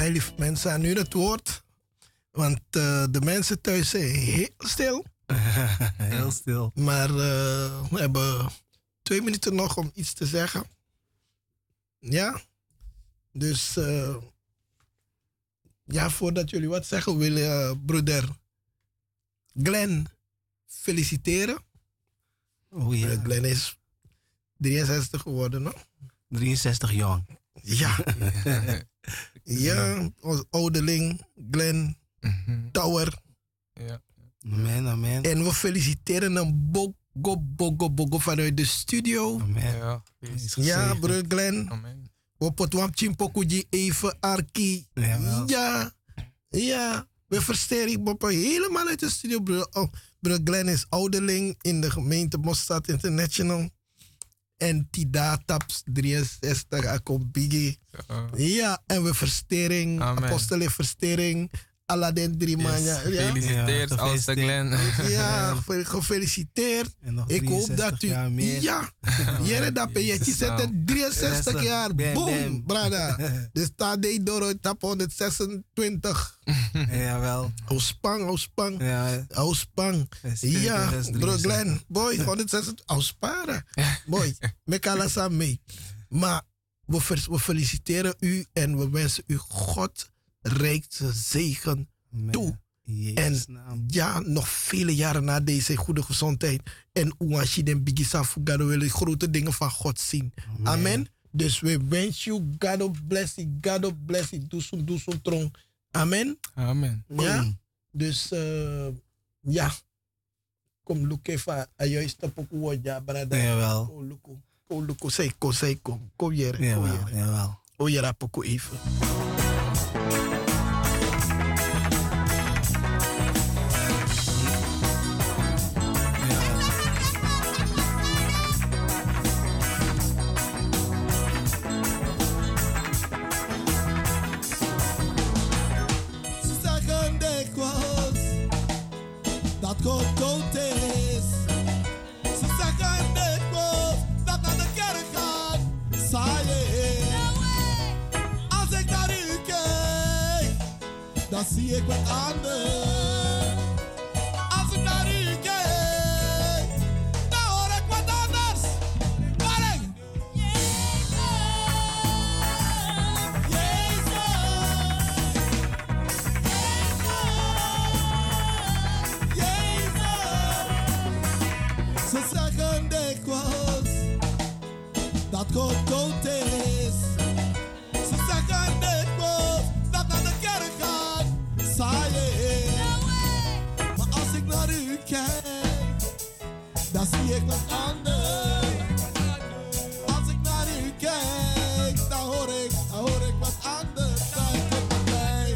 mij, lieve mensen, aan u het woord. Want uh, de mensen thuis zijn heel stil. Heel stil. Maar uh, we hebben twee minuten nog om iets te zeggen. Ja. Dus uh, ja, voordat jullie wat zeggen, wil je uh, broeder Glenn feliciteren. Oh ja. Uh, Glenn is drieënzestig geworden, no? drieënzestig jong. Ja. Ja, ons ouderling Glenn mm-hmm. Tower. Ja. Amen, amen. En we feliciteren hem bogo, bogo, bogo vanuit de studio. Amen. Ja, ja broer Glenn. Amen. We potwam chimpokuji even arki. Ja, ja, ja. We versterken Boppen helemaal uit de studio. Broer, oh, broer Glenn is ouderling in de gemeente Mostad International. En Tida Taps drieënzestig Akobigi. Uh, ja, en we verstering, Apostel verstering. Aladdin drie yes. man. Ja, gefeliciteerd, ja, Alster Glenn. Ja, gefeliciteerd. Ik hoop dat u... Ja, jere dat je zet drieënzestig jaar. Boom, brada. Dus daar deed door tap honderdzesentwintig. Jawel. Auspang, auspang. Ja. Auspang. Ja, bro Glenn. Boy, honderdzesentwintig. Ausparen. Boy, mekala samen mee. Maar we, we feliciteren u en we wensen u God rijkste zegen toe. En ja, nog vele jaren na deze goede gezondheid. En Uwashi den Bigisa Fugado willen grote dingen van God zien. Amen. Amen. Dus we wensen you, God bless you, God bless you, doe zo'n, doe zo'n tron. Amen. Amen. Ja, mm. Dus uh, ja, kom look even aan juist op ook ja, brada. Jawel. Kom look, kom look, zeg, kom, zeg, kom, kom hier, jawel, jawel. Oh, je raap ook even. Dat God dood is. Ze zeggen dikwijls dat naar de kerk gaat saai. Als ik naar u kijk, dan zie ik wat anders. Als ik naar u kijk, dan hoor ik wat anders. Waarin? Jezus. Ze zeggen dikwijls dat God dood is. Ze zeggen dikwijls dat naar de kerk gaat saai is. Maar als ik naar u kijk, dan zie ik wat anders. Als ik naar u kijk, dan hoor ik, dan hoor ik wat anders. Dan ik het wat bij.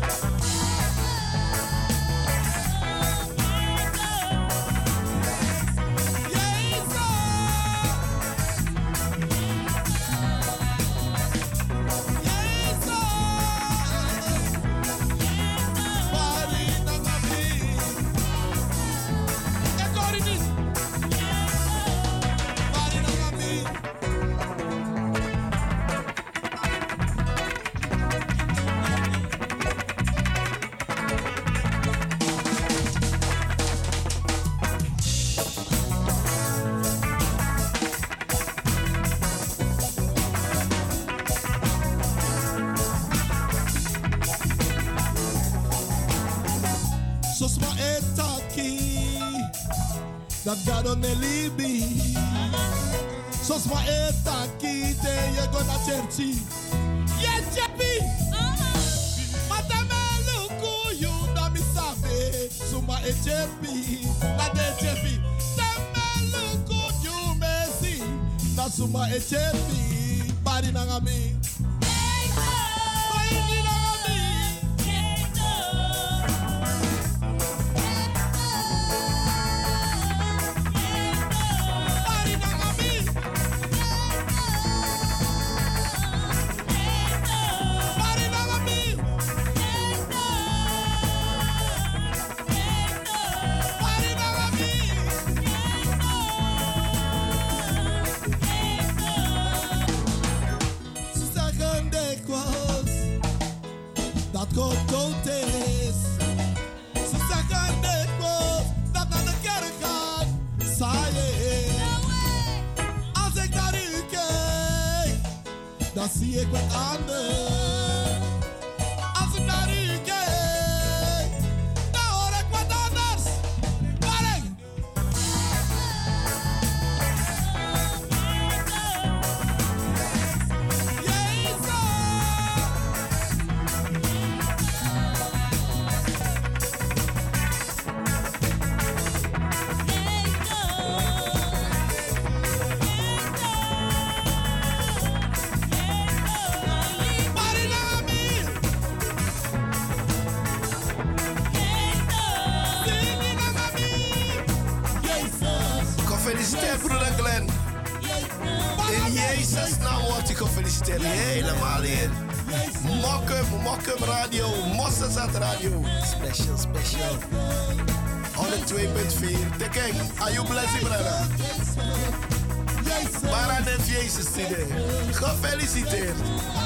Sosma etaki dat gado ne libi. Sosma etaki te ye go na cherchi. Ye chepi. Matame luku you da mi sabe. Suma e chepi na de chepi. Tame luku you mesi. Na suma e chepi. Bari na ngami. dood is. Ze zeggen dikwijls dat naar de kerk gaan saai is. Als ik naar u kijk, dan zie ik wat anders. Als ik naar u kijk, dan hoor ik wat anders. Warring! Gefeliciteerd, broeder Glenn. In Jezus' naam wordt u gefeliciteerd. Helemaal hier. Mokkum, Mokkum Radio, Mossenzat Radio. Special, special. honderdtwee punt vier. Kijk, are you blessed, brother? Baradef Jezus today. Gefeliciteerd.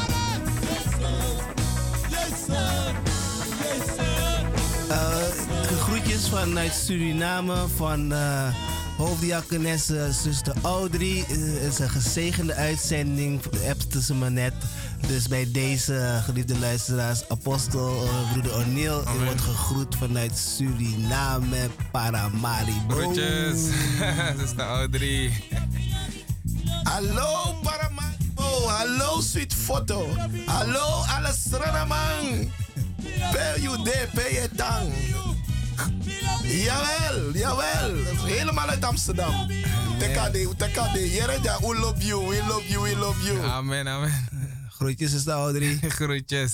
Uh, groetjes vanuit Suriname van uh, hoofddiakonesse zuster Audrey. Het uh, is een gezegende uitzending, appte ze me net. Dus bij deze uh, geliefde luisteraars, apostel uh, broeder O'Neill, u wordt gegroet vanuit Suriname, Paramaribo. Groetjes, zuster Audrey. Hallo Paramaribo, hallo Sweet Foto, hallo alles Ranamang. Pe you de, pe je tang. Jawel, jawel. Helemaal uit Amsterdam. Tekade, tekade. Jereja, we love you, we love you, we love you. Amen, amen. Groetjes, zuster Audrey. Groetjes.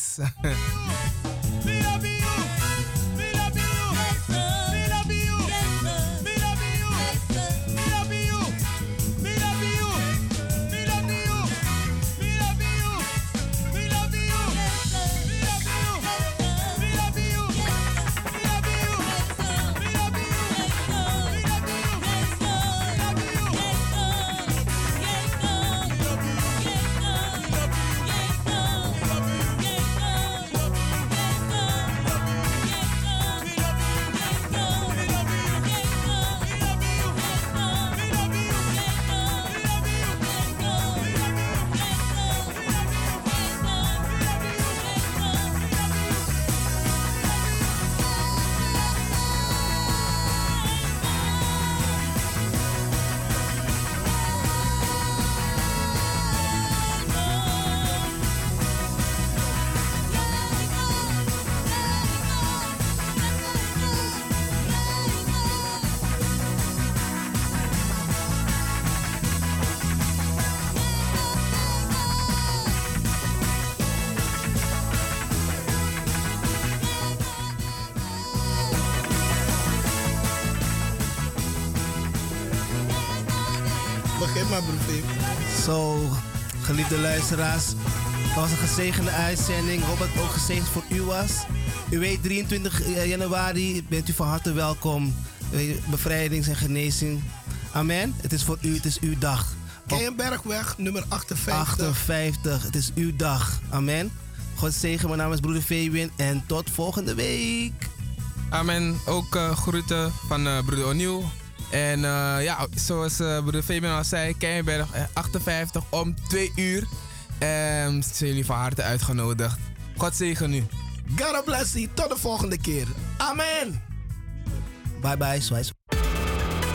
Begin maar, broer. Zo, geliefde luisteraars. Het was een gezegende uitzending. Ik hoop dat het ook gezegend voor u was. U weet, drieëntwintig januari bent u van harte welkom. Bevrijdings- en genezing. Amen. Het is voor u, het is uw dag. Keienbergweg, nummer achtenvijftig. achtenvijftig, het is uw dag. Amen. God zegen, mijn naam is broeder Fabian en tot volgende week. Amen. Ook uh, groeten van uh, broeder O'Neill. En uh, ja, zoals uh, broeder Fabian al zei, Keienberg achtenvijftig om twee uur. En zijn jullie van harte uitgenodigd. God zegen u. God bless you. Tot de volgende keer. Amen. Bye bye, zwaai.